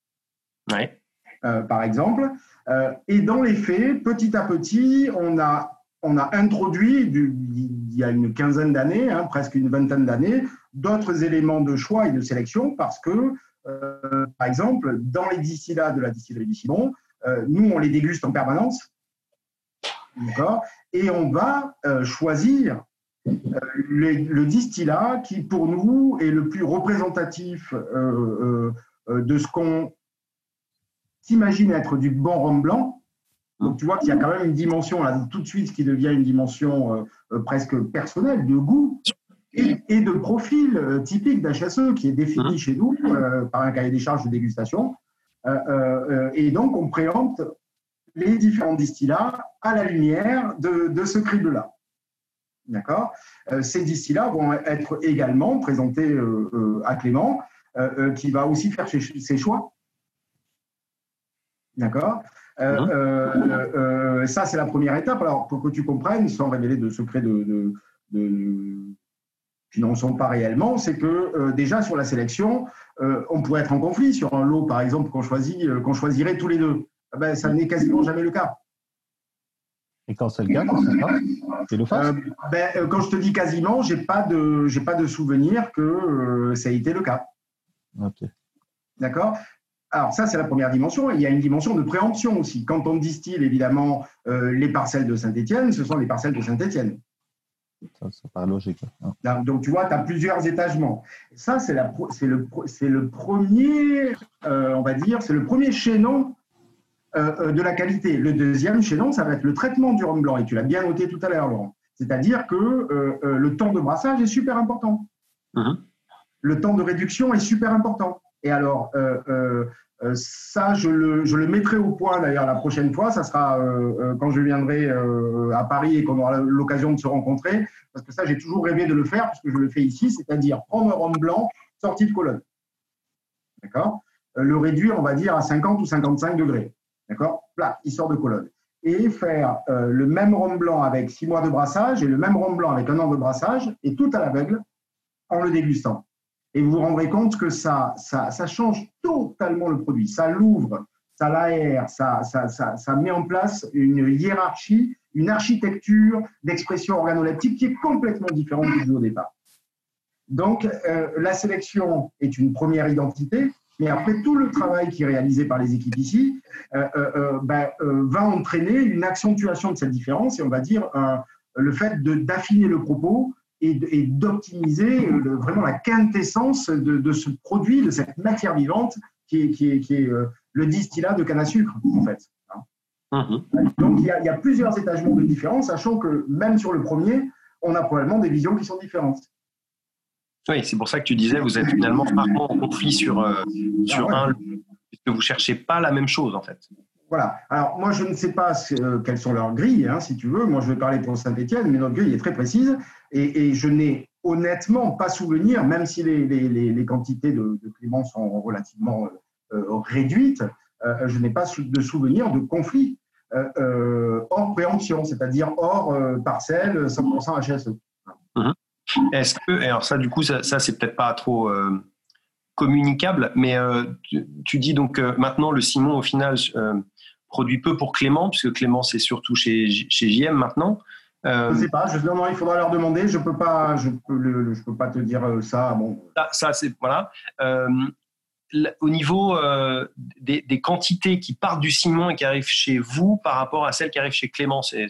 [SPEAKER 6] par exemple. Et dans les faits, petit à petit, on a introduit, il y a une quinzaine d'années, presque une vingtaine d'années, d'autres éléments de choix et de sélection parce que, par exemple, dans les distillats de la distillerie du Simon, nous, on les déguste en permanence, d'accord ? Et on va choisir le distillat qui, pour nous, est le plus représentatif de ce qu'on s'imagine être du bon rhum blanc. Donc, tu vois qu'il y a quand même une dimension, là, tout de suite, qui devient une dimension presque personnelle, de goût et de profil typique d'HSE qui est défini chez nous par un cahier des charges de dégustation. Et donc, on préempte les différents distillats à la lumière de ce crible-là. D'accord ? Ces distillats vont être également présentés à Clément, qui va aussi faire ses choix. D'accord ? Ça, c'est la première étape. Alors, pour que tu comprennes, sans révéler de secrets qui n'en sont pas réellement, c'est que déjà sur la sélection, on pourrait être en conflit sur un lot, par exemple, qu'on choisirait tous les deux. Ça n'est quasiment jamais le cas.
[SPEAKER 4] Et quand c'est le cas, c'est le face.
[SPEAKER 6] Quand je te dis quasiment, j'ai pas de souvenir que ça ait été le cas.
[SPEAKER 4] Ok.
[SPEAKER 6] D'accord ? Alors ça, c'est la première dimension. Il y a une dimension de préemption aussi. Quand on distille, évidemment, les parcelles de Saint-Étienne, ce sont les parcelles de Saint-Étienne.
[SPEAKER 4] Ça paraît logique.
[SPEAKER 6] Donc, tu vois, tu as plusieurs étagements. Ça, c'est le premier, on va dire, c'est le premier chaînon de la qualité. Le deuxième chaînon, ça va être le traitement du rhum blanc. Et tu l'as bien noté tout à l'heure, Laurent. C'est-à-dire que le temps de brassage est super important. Le temps de réduction est super important. Et alors, ça, je le mettrai au point d'ailleurs la prochaine fois. Ça sera quand je viendrai à Paris et qu'on aura l'occasion de se rencontrer. Parce que ça, j'ai toujours rêvé de le faire, puisque je le fais ici, c'est-à-dire prendre un rhum blanc sorti de colonne. D'accord ? Le réduire, on va dire, à 50 ou 55 degrés. D'accord ? Là, il sort de colonne. Et faire le même rhum blanc avec 6 mois de brassage et le même rhum blanc avec 1 an de brassage, et tout à l'aveugle, en le dégustant. Et vous vous rendrez compte que ça change totalement le produit. Ça l'ouvre, ça l'aère, ça met en place une hiérarchie, une architecture d'expression organoleptique qui est complètement différente du jeu au départ. Donc, la sélection est une première identité, mais après tout le travail qui est réalisé par les équipes ici va entraîner une accentuation de cette différence et on va dire le fait d'affiner le propos et d'optimiser vraiment la quintessence de ce produit, de cette matière vivante qui est le distillat de canne à sucre, en fait. Donc, il y a plusieurs étagements de différence, sachant que même sur le premier, on a probablement des visions qui sont différentes.
[SPEAKER 7] Oui, c'est pour ça que tu disais, vous êtes finalement rarement en conflit sur un, puisque vous ne cherchez pas la même chose, en fait.
[SPEAKER 6] Voilà. Alors, moi, je ne sais pas quelles sont leurs grilles, si tu veux. Moi, je vais parler pour Saint-Étienne, mais notre grille est très précise. Et je n'ai honnêtement pas souvenir, même si les quantités de Clément sont relativement réduites, je n'ai pas de souvenir de conflit hors préemption, c'est-à-dire hors parcelle 100% HSE.
[SPEAKER 7] Est-ce que, alors ça, du coup, ça c'est peut-être pas trop communicable, mais tu dis donc maintenant le Simon, au final, produit peu pour Clément, puisque Clément, c'est surtout chez JM maintenant.
[SPEAKER 6] Je ne sais pas, non, il faudra leur demander, je peux pas te dire ça. Bon.
[SPEAKER 7] Ça c'est, voilà. Au niveau des quantités qui partent du Simon et qui arrivent chez vous par rapport à celles qui arrivent chez Clément, c'est...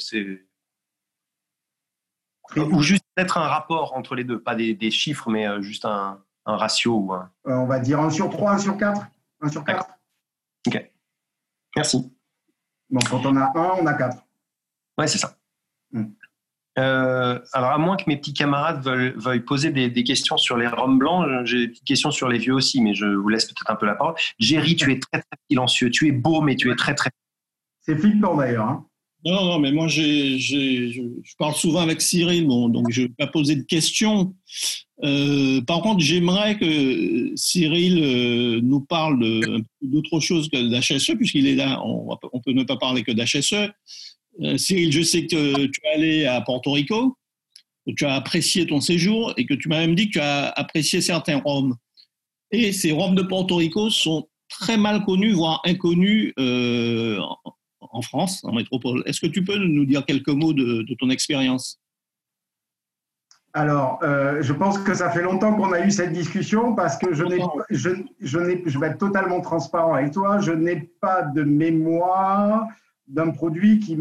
[SPEAKER 7] Ou juste peut-être un rapport entre les deux, pas des chiffres, mais juste un ratio ou un...
[SPEAKER 6] On va dire 1 sur 3, 1 sur 4. 1 sur 4.
[SPEAKER 7] Ok. Merci.
[SPEAKER 6] Donc quand on a 1, on a 4.
[SPEAKER 7] Ouais, c'est ça. Alors, à moins que mes petits camarades veuillent poser des questions sur les rhums blancs, j'ai des petites questions sur les vieux aussi, mais je vous laisse peut-être un peu la parole. Jerry, tu es très, très silencieux. Tu es beau, mais tu es très, très...
[SPEAKER 6] C'est flippant d'ailleurs. Hein.
[SPEAKER 5] Non, mais moi, je parle souvent avec Cyril, bon, donc je ne vais pas poser de questions. Par contre, j'aimerais que Cyril nous parle d'autre chose que d'HSE, puisqu'il est là, on peut ne pas parler que d'HSE. Cyril, je sais que tu es allé à Porto Rico, que tu as apprécié ton séjour et que tu m'as même dit que tu as apprécié certains rhums. Et ces rhums de Porto Rico sont très mal connus, voire inconnus en France, en métropole. Est-ce que tu peux nous dire quelques mots de ton expérience ?
[SPEAKER 6] Alors, je pense que ça fait longtemps qu'on a eu cette discussion parce que je vais être totalement transparent avec toi, je n'ai pas de mémoire d'un produit qui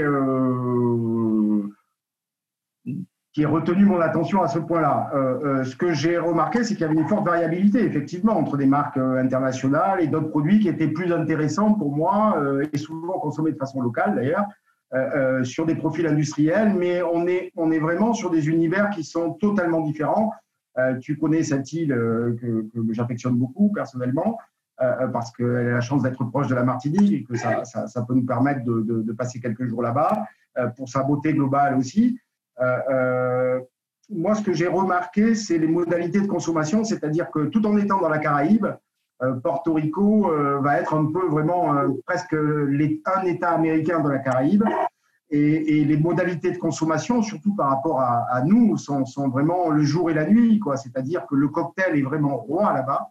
[SPEAKER 6] ait retenu mon attention à ce point-là. Ce que j'ai remarqué, c'est qu'il y avait une forte variabilité, effectivement, entre des marques internationales et d'autres produits qui étaient plus intéressants pour moi et souvent consommés de façon locale, d'ailleurs, sur des profils industriels, mais on est vraiment sur des univers qui sont totalement différents. Tu connais cette île que j'affectionne beaucoup, personnellement, parce qu'elle a la chance d'être proche de la Martinique et que ça peut nous permettre de passer quelques jours là-bas, pour sa beauté globale aussi. Moi, ce que j'ai remarqué, c'est les modalités de consommation, c'est-à-dire que tout en étant dans la Caraïbe, Porto Rico va être un peu vraiment presque un État américain de la Caraïbe, et les modalités de consommation, surtout par rapport à nous, sont vraiment le jour et la nuit, quoi. C'est-à-dire que le cocktail est vraiment roi là-bas,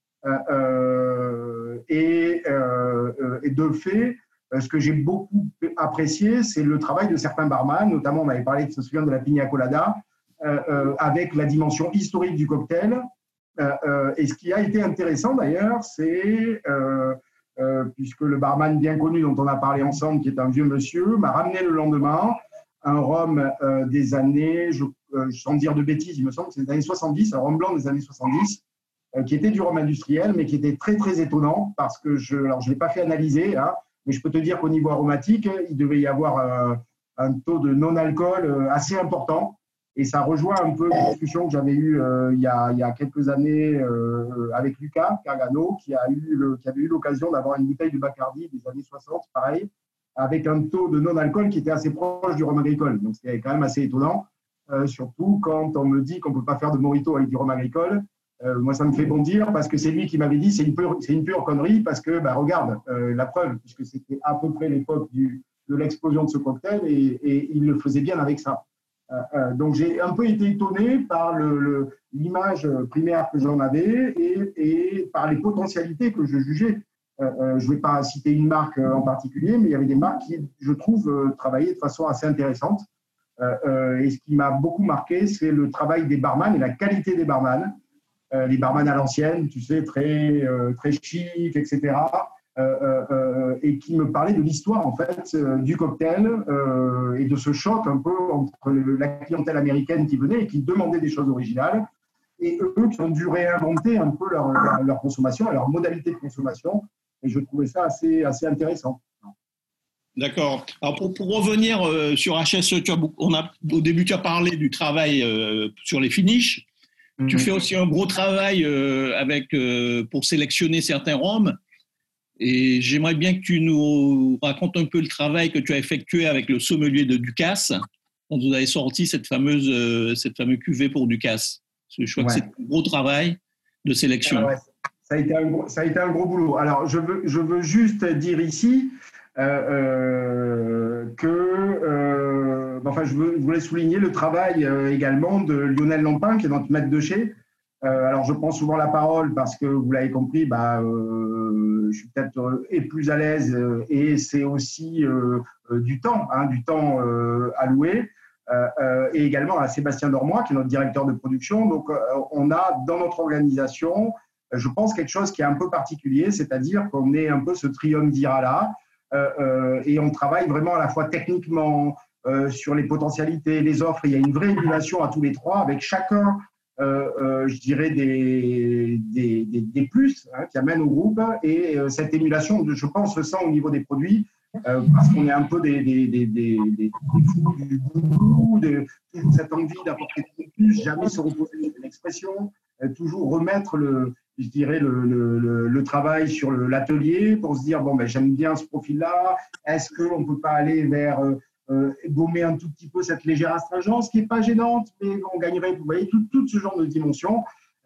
[SPEAKER 6] et de fait, ce que j'ai beaucoup apprécié, c'est le travail de certains barman, notamment on avait parlé, se souvient de la Pina Colada, avec la dimension historique du cocktail. Et ce qui a été intéressant d'ailleurs, c'est, puisque le barman bien connu dont on a parlé ensemble, qui est un vieux monsieur, m'a ramené le lendemain un rhum des années, sans dire de bêtises, il me semble que c'est des années 70, un rhum blanc des années 70, qui était du rhum industriel, mais qui était très très étonnant, parce que je ne l'ai pas fait analyser, hein, mais je peux te dire qu'au niveau aromatique, il devait y avoir un taux de non-alcool assez important. Et ça rejoint un peu une discussion que j'avais eue il y a quelques années avec Lucas Cargano, qui avait eu l'occasion d'avoir une bouteille de Bacardi des années 60, pareil, avec un taux de non-alcool qui était assez proche du rhum agricole. Donc c'était quand même assez étonnant, surtout quand on me dit qu'on ne peut pas faire de mojito avec du rhum agricole. Moi, ça me fait bondir parce que c'est lui qui m'avait dit c'est une pure connerie parce que, regarde, la preuve, puisque c'était à peu près l'époque de l'explosion de ce cocktail et il le faisait bien avec ça. Donc, j'ai un peu été étonné par l'image primaire que j'en avais et par les potentialités que je jugeais. Je ne vais pas citer une marque en particulier, mais il y avait des marques qui, je trouve, travaillaient de façon assez intéressante. Et ce qui m'a beaucoup marqué, c'est le travail des barman et la qualité des barman. Les barman à l'ancienne, tu sais, très chic, etc. Et qui me parlaient de l'histoire, en fait, du cocktail et de ce choc un peu entre la clientèle américaine qui venait et qui demandait des choses originales et eux qui ont dû réinventer un peu leur consommation et leur modalité de consommation. Et je trouvais ça assez intéressant.
[SPEAKER 5] D'accord. Alors pour revenir sur HSE, au début, tu as parlé du travail sur les finishes. Tu fais aussi un gros travail pour sélectionner certains rhums. Et j'aimerais bien que tu nous racontes un peu le travail que tu as effectué avec le sommelier de Ducasse quand vous avez sorti cette fameuse cuvée pour Ducasse. Parce que je crois que c'est un gros travail de sélection.
[SPEAKER 6] Ouais. Ça a été un gros boulot. Alors, je veux juste dire ici je voulais souligner le travail également de Lionel Lampin, qui est notre maître de chez. Alors, je prends souvent la parole parce que, vous l'avez compris, je suis peut-être plus à l'aise et c'est aussi du temps alloué. Et également à Sébastien Dormoy, qui est notre directeur de production. Donc, on a dans notre organisation, je pense, quelque chose qui est un peu particulier, c'est-à-dire qu'on est un peu ce triumvirat-là et on travaille vraiment à la fois techniquement sur les potentialités, les offres. Il y a une vraie émulation à tous les trois, avec chacun, je dirais, des plus qui amènent au groupe. Et cette émulation, je pense, se sent au niveau des produits. Parce qu'on est un peu des fous du goût, de cette envie d'apporter plus, jamais se reposer sur une expression, toujours remettre le travail sur l'atelier pour se dire j'aime bien ce profil-là, est-ce qu'on ne peut pas aller vers gommer un tout petit peu cette légère astringence qui n'est pas gênante, mais on gagnerait, vous voyez, tout ce genre de dimension.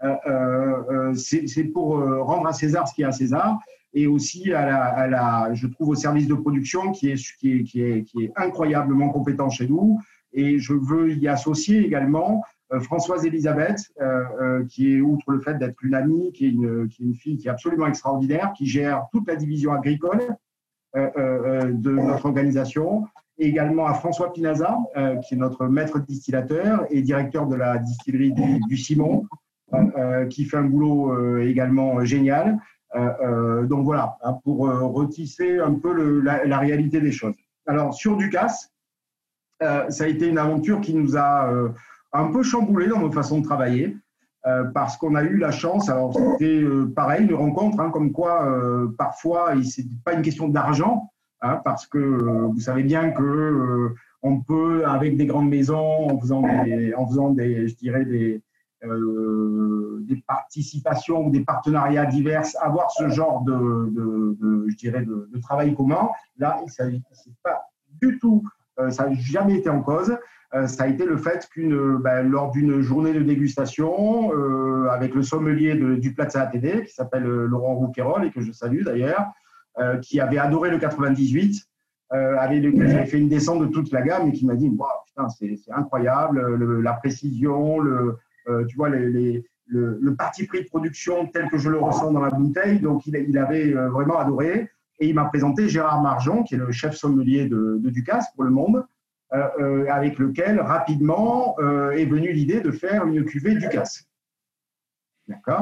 [SPEAKER 6] C'est pour rendre à César ce qui est à César. Et aussi je trouve au service de production qui est incroyablement compétent chez nous. Et je veux y associer également Françoise Elisabeth, qui est, outre le fait d'être une amie, qui est une fille qui est absolument extraordinaire, qui gère toute la division agricole de notre organisation. Et également à François Pinaza, qui est notre maître distillateur et directeur de la distillerie du Simon, qui fait un boulot également génial. Donc voilà, pour retisser un peu la réalité des choses. Alors sur Ducasse, ça a été une aventure qui nous a un peu chamboulé dans nos façons de travailler, parce qu'on a eu la chance, alors c'était pareil, une rencontre, comme quoi parfois c'est pas une question d'argent, parce que vous savez bien que on peut, avec des grandes maisons, en faisant des je dirais des participations ou des partenariats divers, avoir ce genre de travail commun. Là, c'est pas du tout, ça n'a jamais été en cause. Ça a été le fait lors d'une journée de dégustation avec le sommelier du Plaza ATD, qui s'appelle Laurent Rouquayrol et que je salue d'ailleurs, qui avait adoré le 98, avec lequel j'avais fait une descente de toute la gamme et qui m'a dit wow, putain, c'est incroyable, la précision, tu vois, le parti pris de production tel que je le ressens dans la bouteille. Donc, il avait vraiment adoré. Et il m'a présenté Gérard Marjon, qui est le chef sommelier de Ducasse pour le monde, avec lequel, rapidement, est venue l'idée de faire une cuvée Ducasse. D'accord ?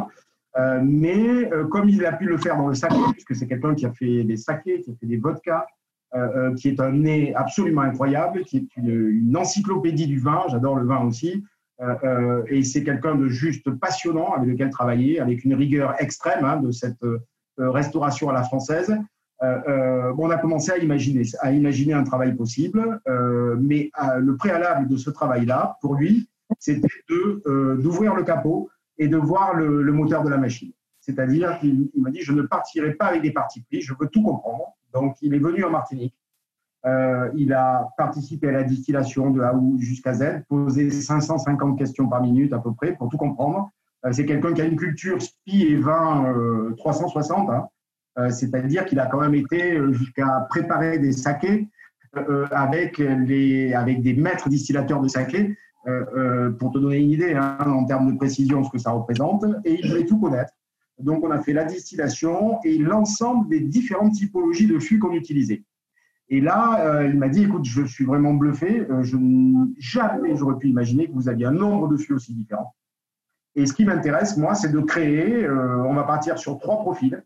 [SPEAKER 6] Mais comme il a pu le faire dans le saké, puisque c'est quelqu'un qui a fait des sakés, qui a fait des vodkas, qui est un nez absolument incroyable, qui est une encyclopédie du vin, j'adore le vin aussi, et c'est quelqu'un de juste passionnant avec lequel travailler, avec une rigueur extrême de cette restauration à la française. On a commencé à imaginer un travail possible, mais le préalable de ce travail-là, pour lui, c'était d'ouvrir le capot et de voir le moteur de la machine. C'est-à-dire qu'il m'a dit, je ne partirai pas avec des partis pris, je veux tout comprendre. Donc, il est venu en Martinique. Il a participé à la distillation de A jusqu'à Z, posé 550 questions par minute à peu près pour tout comprendre. C'est quelqu'un qui a une culture spi et vin 360, c'est-à-dire qu'il a quand même été jusqu'à préparer des sakés avec des maîtres distillateurs de saké, pour te donner une idée en termes de précision ce que ça représente, et il voulait tout connaître. Donc on a fait la distillation et l'ensemble des différentes typologies de fûts qu'on utilisait. Et là, il m'a dit, écoute, je suis vraiment bluffé, jamais j'aurais pu imaginer que vous aviez un nombre de fûts aussi différents. Et ce qui m'intéresse, moi, c'est de créer, on va partir sur trois profils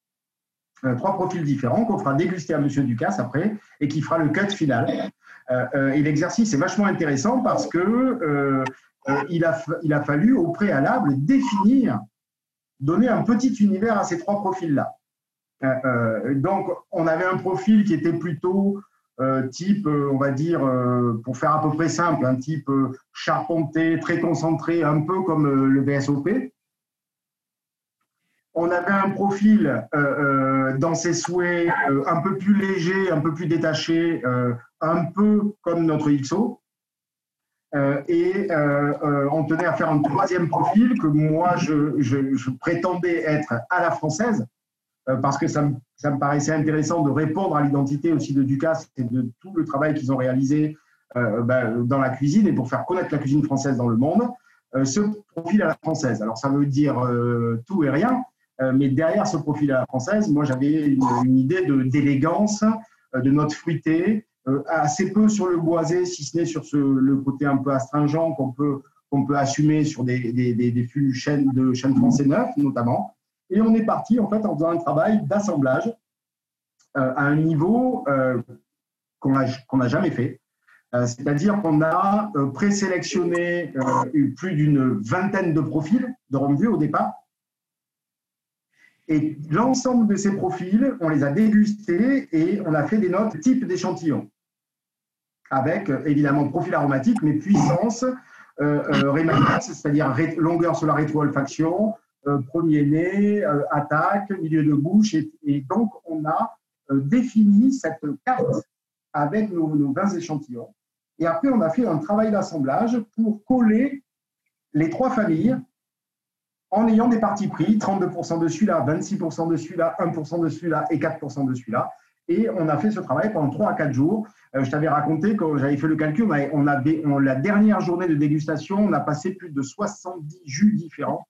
[SPEAKER 6] différents qu'on fera déguster à Monsieur Ducasse après et qui fera le cut final. Et l'exercice est vachement intéressant parce que il a fallu au préalable donner un petit univers à ces trois profils-là. Donc, on avait un profil qui était plutôt type, on va dire, pour faire à peu près simple, un type charpenté, très concentré, un peu comme le VSOP. On avait un profil dans ses souhaits un peu plus léger, un peu plus détaché, un peu comme notre XO. On tenait à faire un troisième profil que moi, je prétendais être à la française, parce que ça me paraissait intéressant de répondre à l'identité aussi de Ducasse et de tout le travail qu'ils ont réalisé dans la cuisine et pour faire connaître la cuisine française dans le monde. Ce profil à la française. Alors, ça veut dire tout et rien, mais derrière ce profil à la française, moi, j'avais une idée d'élégance, de notes fruitées, assez peu sur le boisé, si ce n'est sur le côté un peu astringent qu'on peut assumer sur des fûts de chêne français neufs, notamment. Et on est parti, en fait, en faisant un travail d'assemblage à un niveau qu'on n'a jamais fait. C'est-à-dire qu'on a présélectionné plus d'une vingtaine de profils de rhum vieux au départ. Et l'ensemble de ces profils, on les a dégustés et on a fait des notes type d'échantillon. Avec évidemment profil aromatique, mais puissance, rémanience, c'est-à-dire longueur sur la rétro-olfaction, premier nez, attaque, milieu de bouche. Et donc, on a défini cette carte avec nos 20 échantillons. Et après, on a fait un travail d'assemblage pour coller les trois familles en ayant des partis pris, 32% de celui-là, 26% de celui-là, 1% de celui-là et 4% de celui-là. Et on a fait ce travail pendant 3 à 4 jours. Je t'avais raconté, quand j'avais fait le calcul, la dernière journée de dégustation, on a passé plus de 70 jus différents.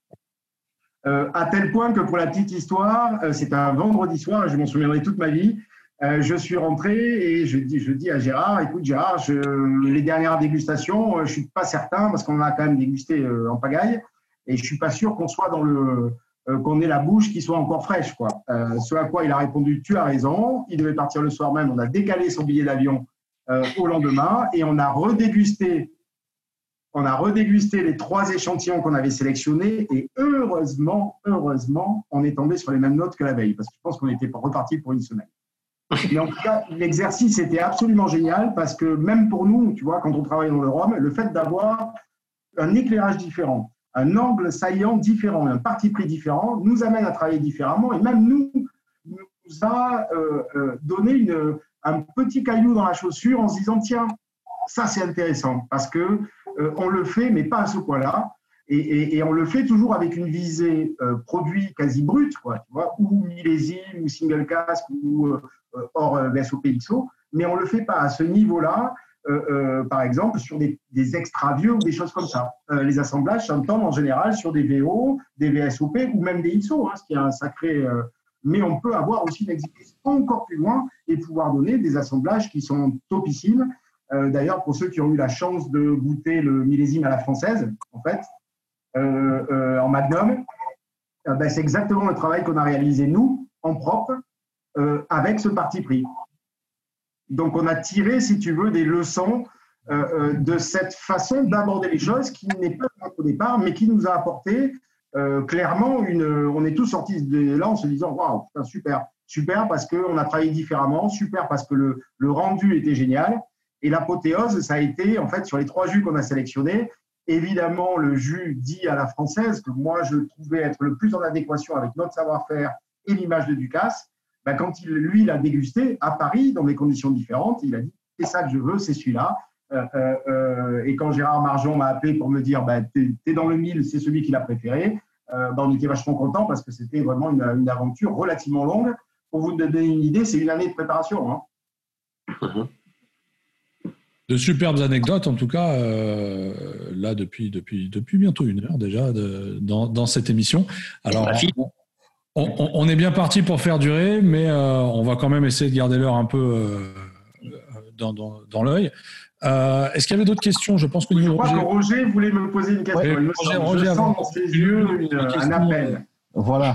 [SPEAKER 6] À tel point que pour la petite histoire, c'était un vendredi soir, et je m'en souviendrai toute ma vie, je suis rentré et je dis à Gérard, écoute Gérard, les dernières dégustations, je ne suis pas certain, parce qu'on a quand même dégusté en pagaille, et je ne suis pas sûr qu'on soit qu'on ait la bouche qui soit encore fraîche, quoi. Ce à quoi il a répondu, tu as raison, il devait partir le soir même, on a décalé son billet d'avion au lendemain, et on a redégusté les 3 échantillons qu'on avait sélectionnés, et heureusement, on est tombé sur les mêmes notes que la veille, parce que je pense qu'on était reparti pour une semaine. Mais en tout cas, l'exercice était absolument génial, parce que même pour nous, tu vois, quand on travaille dans le rhum, le fait d'avoir un éclairage différent, un angle saillant différent, un parti pris différent, nous amène à travailler différemment, et même nous a donné un petit caillou dans la chaussure en se disant, tiens, ça c'est intéressant, parce que on le fait, mais pas à ce point-là, et on le fait toujours avec une visée produit quasi brut, quoi, tu vois, ou millésime, ou single cask, ou hors VSOP XO, mais on ne le fait pas à ce niveau-là, par exemple, sur des extra vieux ou des choses comme ça. Les assemblages s'entendent en général sur des VO, des VSOP ou même des XO, ce qui est un sacré... mais on peut avoir aussi une exécution encore plus loin et pouvoir donner des assemblages qui sont topissimes. D'ailleurs, pour ceux qui ont eu la chance de goûter le millésime à la française, en fait, en Magnum, c'est exactement le travail qu'on a réalisé, nous, en propre, avec ce parti pris. Donc, on a tiré, si tu veux, des leçons de cette façon d'aborder les choses qui n'est pas au départ, mais qui nous a apporté clairement on est tous sortis de là en se disant waouh, super, super parce qu'on a travaillé différemment, super parce que le rendu était génial. Et l'apothéose, ça a été, en fait, sur les 3 jus qu'on a sélectionnés, évidemment, le jus dit à la française, que moi, je trouvais être le plus en adéquation avec notre savoir-faire et l'image de Ducasse. Quand lui l'a dégusté à Paris, dans des conditions différentes, il a dit « c'est ça que je veux, c'est celui-là ». Et quand Gérard Marjon m'a appelé pour me dire « t'es dans le mille, c'est celui qu'il a préféré », on était vachement contents parce que c'était vraiment une aventure relativement longue. Pour vous donner une idée, c'est une année de préparation. Hein.
[SPEAKER 2] De superbes anecdotes, en tout cas, là, depuis bientôt 1 heure déjà, dans cette émission. Alors, on est bien parti pour faire durer, mais on va quand même essayer de garder l'heure un peu dans l'œil. Est-ce qu'il y avait d'autres questions? Je pense que
[SPEAKER 6] je crois que Roger voulait me poser une question.
[SPEAKER 2] Oui, Roger,
[SPEAKER 6] je sens dans ses yeux un appel.
[SPEAKER 4] Voilà.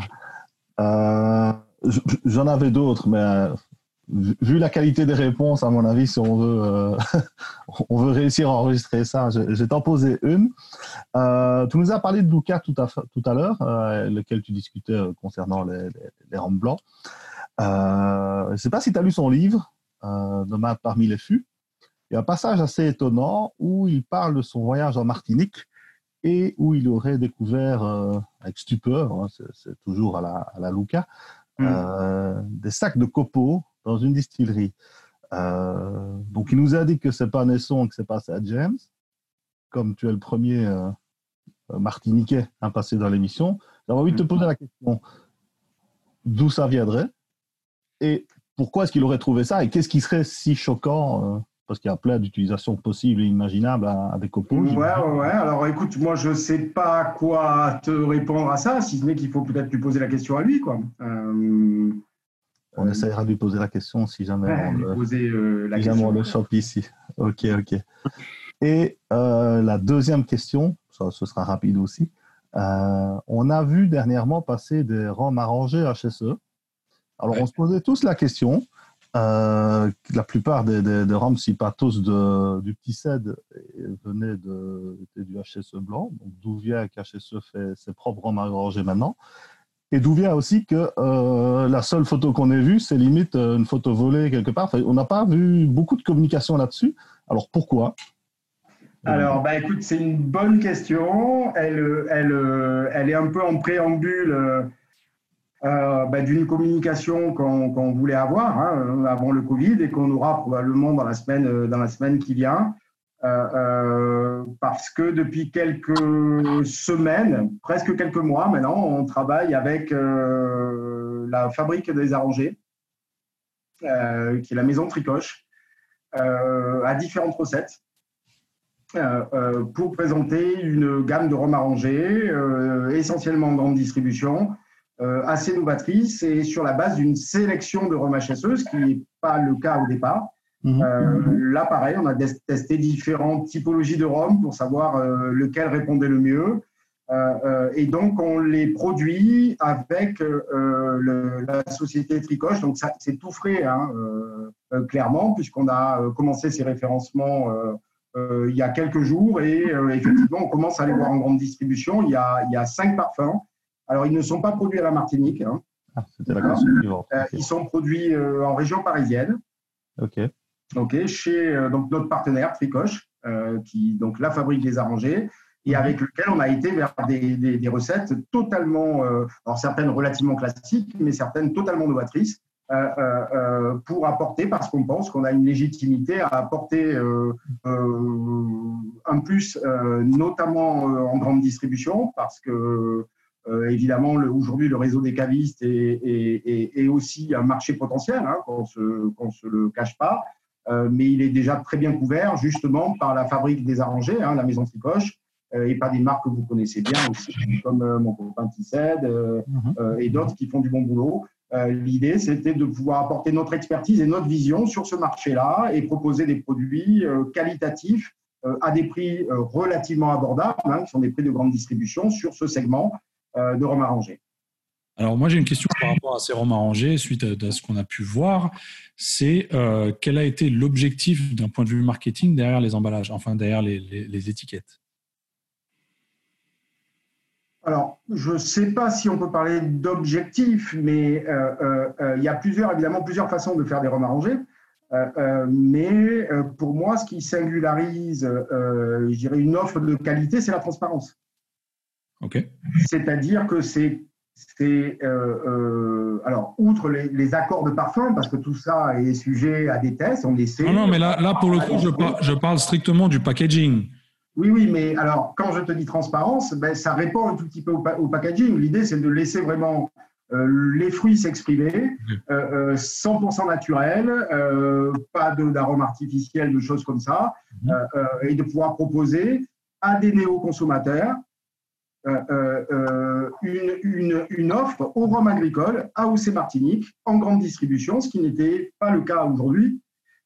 [SPEAKER 4] J'en avais d'autres, mais vu la qualité des réponses, à mon avis, si on veut réussir à enregistrer ça, je vais t'en poser une. Tu nous as parlé de Luca tout à l'heure, lequel tu discutais concernant les rhums blancs. Je ne sais pas si tu as lu son livre, Nomade parmi les fûts. Il y a un passage assez étonnant où il parle de son voyage en Martinique et où il aurait découvert, avec stupeur, hein, c'est toujours à la Luca, des sacs de copeaux dans une distillerie. Donc, il nous a dit que ce n'est pas Nesson, que ce n'est pas St. James. comme tu es le premier Martiniquais à passer dans l'émission, j'avais envie de te poser la question d'où ça viendrait et pourquoi est-ce qu'il aurait trouvé ça et qu'est-ce qui serait si choquant parce qu'il y a plein d'utilisations possibles et imaginables avec Oppo.
[SPEAKER 6] Ouais. Alors écoute, moi je ne sais pas quoi te répondre à ça, si ce n'est qu'il faut peut-être lui poser la question à lui, quoi.
[SPEAKER 4] On essaiera de lui poser la question si jamais on le chope ici. Ok. Et la deuxième question, ce sera rapide aussi. On a vu dernièrement passer des ROM arrangés HSE. Alors, on se posait tous la question. La plupart des ROM, si pas tous, du petit CED venaient du HSE blanc. Donc, d'où vient qu'HSE fait ses propres ROM arrangés maintenant. Et d'où vient aussi que la seule photo qu'on ait vue, c'est limite une photo volée quelque part. Enfin, on n'a pas vu beaucoup de communication là-dessus. Alors, pourquoi ?
[SPEAKER 6] Alors, écoute, c'est une bonne question. Elle est un peu en préambule d'une communication qu'on voulait avoir avant le Covid et qu'on aura probablement dans la semaine qui vient. Parce que depuis quelques semaines, presque quelques mois maintenant, on travaille avec la Fabrique des Arrangés, qui est la maison Tricoche, à différentes recettes. Pour présenter une gamme de rhum arrangés, essentiellement en grande distribution, assez novatrice et sur la base d'une sélection de rhum HSE, ce qui n'est pas le cas au départ. Là, pareil, on a testé différentes typologies de rhum pour savoir lequel répondait le mieux. Et donc, on les produit avec la société Tricoche. Donc, c'est tout frais, clairement, puisqu'on a commencé ces référencements il y a quelques jours et effectivement, on commence à les voir en grande distribution. Il y a 5 parfums. Alors, ils ne sont pas produits à la Martinique.
[SPEAKER 4] C'était la question suivante.
[SPEAKER 6] Ils sont produits en région parisienne. Ok, chez donc, notre partenaire Tricoche, donc la Fabrique des Arrangés, et avec lequel on a été vers des recettes totalement, alors certaines relativement classiques, mais certaines totalement novatrices, pour apporter, parce qu'on pense qu'on a une légitimité à apporter un plus, notamment en grande distribution, parce que évidemment, aujourd'hui, le réseau des cavistes est aussi un marché potentiel, qu'on se le cache pas, mais il est déjà très bien couvert, justement, par la Fabrique des Arrangés, la maison Tricoche, et par des marques que vous connaissez bien aussi, comme mon copain Tissed et d'autres qui font du bon boulot. L'idée, c'était de pouvoir apporter notre expertise et notre vision sur ce marché-là et proposer des produits qualitatifs à des prix relativement abordables, qui sont des prix de grande distribution sur ce segment de rhum arrangé.
[SPEAKER 2] Alors moi j'ai une question par rapport à ces rhums arrangés suite à ce qu'on a pu voir, c'est quel a été l'objectif d'un point de vue marketing derrière les emballages, enfin derrière les étiquettes? Alors, je ne sais pas si on peut parler d'objectif, mais il y a évidemment plusieurs façons de faire des rhums arrangés. Mais pour moi, ce qui singularise, je dirais, une offre de qualité, c'est la transparence. Okay.
[SPEAKER 6] C'est-à-dire que alors, outre les accords de parfum, parce que tout ça est sujet à des tests, on essaie…
[SPEAKER 2] Non, mais là pour le coup, je parle strictement du packaging.
[SPEAKER 6] Oui, mais alors, quand je te dis transparence, ça répond un tout petit peu au packaging. L'idée, c'est de laisser vraiment les fruits s'exprimer, 100% naturel, pas d'arômes artificiels, de choses comme ça, et de pouvoir proposer à des néo-consommateurs une offre au rhum agricole, AOC Martinique, en grande distribution, ce qui n'était pas le cas aujourd'hui.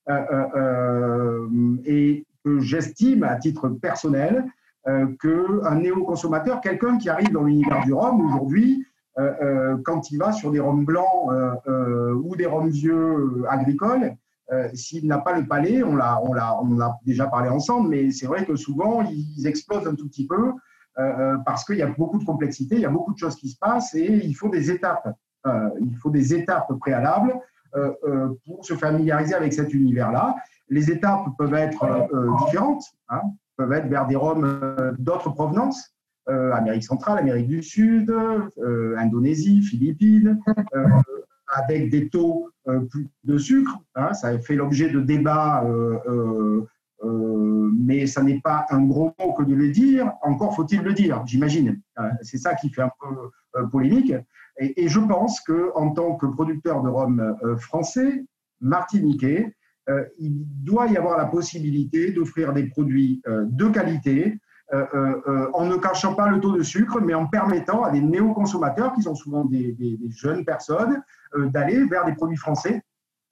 [SPEAKER 6] Et que j'estime, à titre personnel, qu'un néo-consommateur, quelqu'un qui arrive dans l'univers du rhum aujourd'hui, quand il va sur des rhums blancs ou des rhums vieux agricoles, s'il n'a pas le palais, on a déjà parlé ensemble, mais c'est vrai que souvent, ils explosent un tout petit peu parce qu'il y a beaucoup de complexité, il y a beaucoup de choses qui se passent et il faut des étapes. Il faut des étapes préalables pour se familiariser avec cet univers-là. Les étapes peuvent être différentes, peuvent être vers des rhums d'autres provenances, Amérique centrale, Amérique du Sud, Indonésie, Philippines, avec des taux plus de sucre. Ça fait l'objet de débats, mais ça n'est pas un gros mot que de le dire, encore faut-il le dire, j'imagine. C'est ça qui fait un peu polémique. Et je pense qu'en tant que producteur de rhum français, martiniquais, il doit y avoir la possibilité d'offrir des produits de qualité, en ne cachant pas le taux de sucre, mais en permettant à des néo-consommateurs, qui sont souvent des jeunes personnes, d'aller vers des produits français,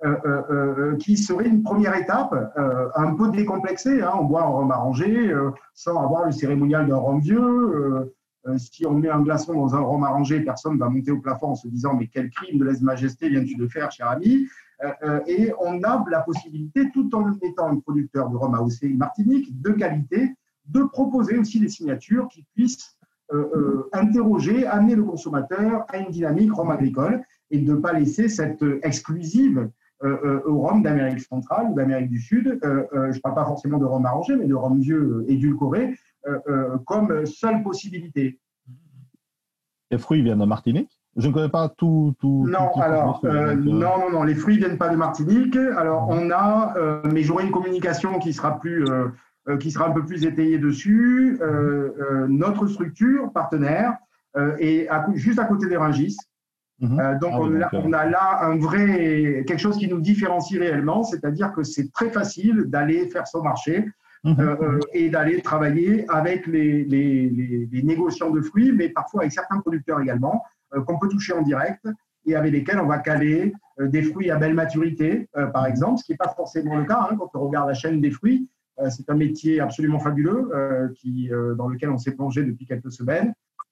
[SPEAKER 6] qui serait une première étape un peu décomplexée. On boit un rhum arrangé sans avoir le cérémonial d'un rhum vieux. Si on met un glaçon dans un rhum arrangé, personne ne va monter au plafond en se disant « mais quel crime de lèse-majesté viens-tu de faire, cher ami ?» Et on a la possibilité, tout en étant un producteur de rhum AOC Martinique de qualité, de proposer aussi des signatures qui puissent interroger, amener le consommateur à une dynamique rhum agricole et de ne pas laisser cette exclusive au rhum d'Amérique centrale ou d'Amérique du Sud, je ne parle pas forcément de rhum arrangé, mais de rhum vieux édulcoré, comme seule possibilité.
[SPEAKER 4] Les fruits viennent de Martinique? Je ne connais pas tout.
[SPEAKER 6] Non, non, les fruits ne viennent pas de Martinique. Alors, on a, mais j'aurai une communication qui sera un peu plus étayée dessus. Notre structure partenaire est juste à côté des Rungis. Donc, on a là quelque chose qui nous différencie réellement, c'est-à-dire que c'est très facile d'aller faire son marché et d'aller travailler avec les négociants de fruits, mais parfois avec certains producteurs également, qu'on peut toucher en direct et avec lesquels on va caler des fruits à belle maturité, par exemple, ce qui n'est pas forcément le cas quand on regarde la chaîne des fruits. C'est un métier absolument fabuleux dans lequel on s'est plongé depuis quelques semaines.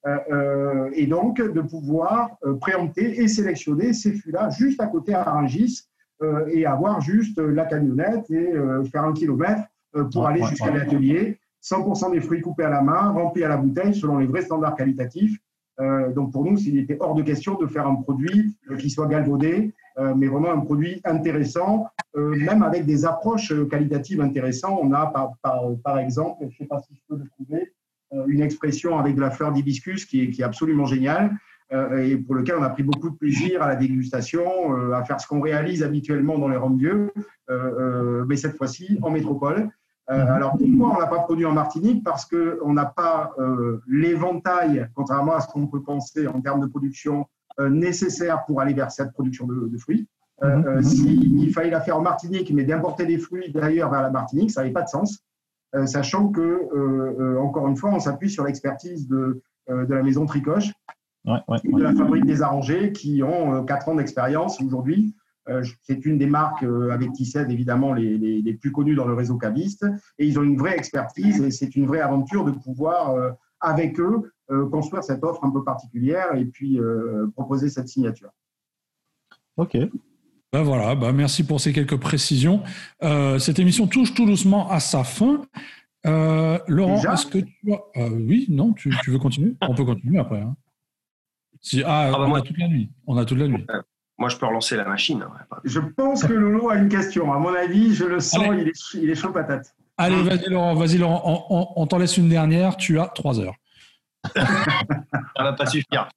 [SPEAKER 6] Et donc de pouvoir préempter et sélectionner ces fûts-là juste à côté à Rungis et avoir juste la camionnette et faire 1 kilomètre pour aller jusqu'à l'atelier. 100% des fruits coupés à la main, remplis à la bouteille selon les vrais standards qualitatifs. Donc pour nous, il était hors de question de faire un produit qui soit galvaudé, mais vraiment un produit intéressant, même avec des approches qualitatives intéressantes. On a par exemple, je ne sais pas si je peux le trouver, une expression avec de la fleur d'hibiscus qui est absolument géniale et pour lequel on a pris beaucoup de plaisir à la dégustation, à faire ce qu'on réalise habituellement dans les rhums vieux, mais cette fois-ci en métropole. Alors pourquoi on n'a pas produit en Martinique? Parce qu'on n'a pas l'éventail, contrairement à ce qu'on peut penser en termes de production, nécessaire pour aller vers cette production de fruits. S'il fallait la faire en Martinique, mais d'importer des fruits d'ailleurs vers la Martinique, ça n'avait pas de sens. Sachant que, encore une fois, on s'appuie sur l'expertise de la maison Tricoche, de la fabrique des arrangés, qui ont 4 ans d'expérience aujourd'hui. C'est une des marques avec Tissette, évidemment, les plus connues dans le réseau caviste. Et ils ont une vraie expertise et c'est une vraie aventure de pouvoir, avec eux, construire cette offre un peu particulière et puis proposer cette signature.
[SPEAKER 4] OK.
[SPEAKER 2] Ben voilà, merci pour ces quelques précisions. Cette émission touche tout doucement à sa fin. Laurent, est-ce que tu as... oui, non, tu veux continuer? On peut continuer après. Hein. On a toute la nuit. On a toute la nuit.
[SPEAKER 7] Moi, je peux relancer la machine.
[SPEAKER 6] Je pense que Lolo a une question. À mon avis, je le sens, il est chaud patate.
[SPEAKER 2] Allez, vas-y Laurent, on t'en laisse une dernière. Tu as 3 heures.
[SPEAKER 7] Ça va pas suffire.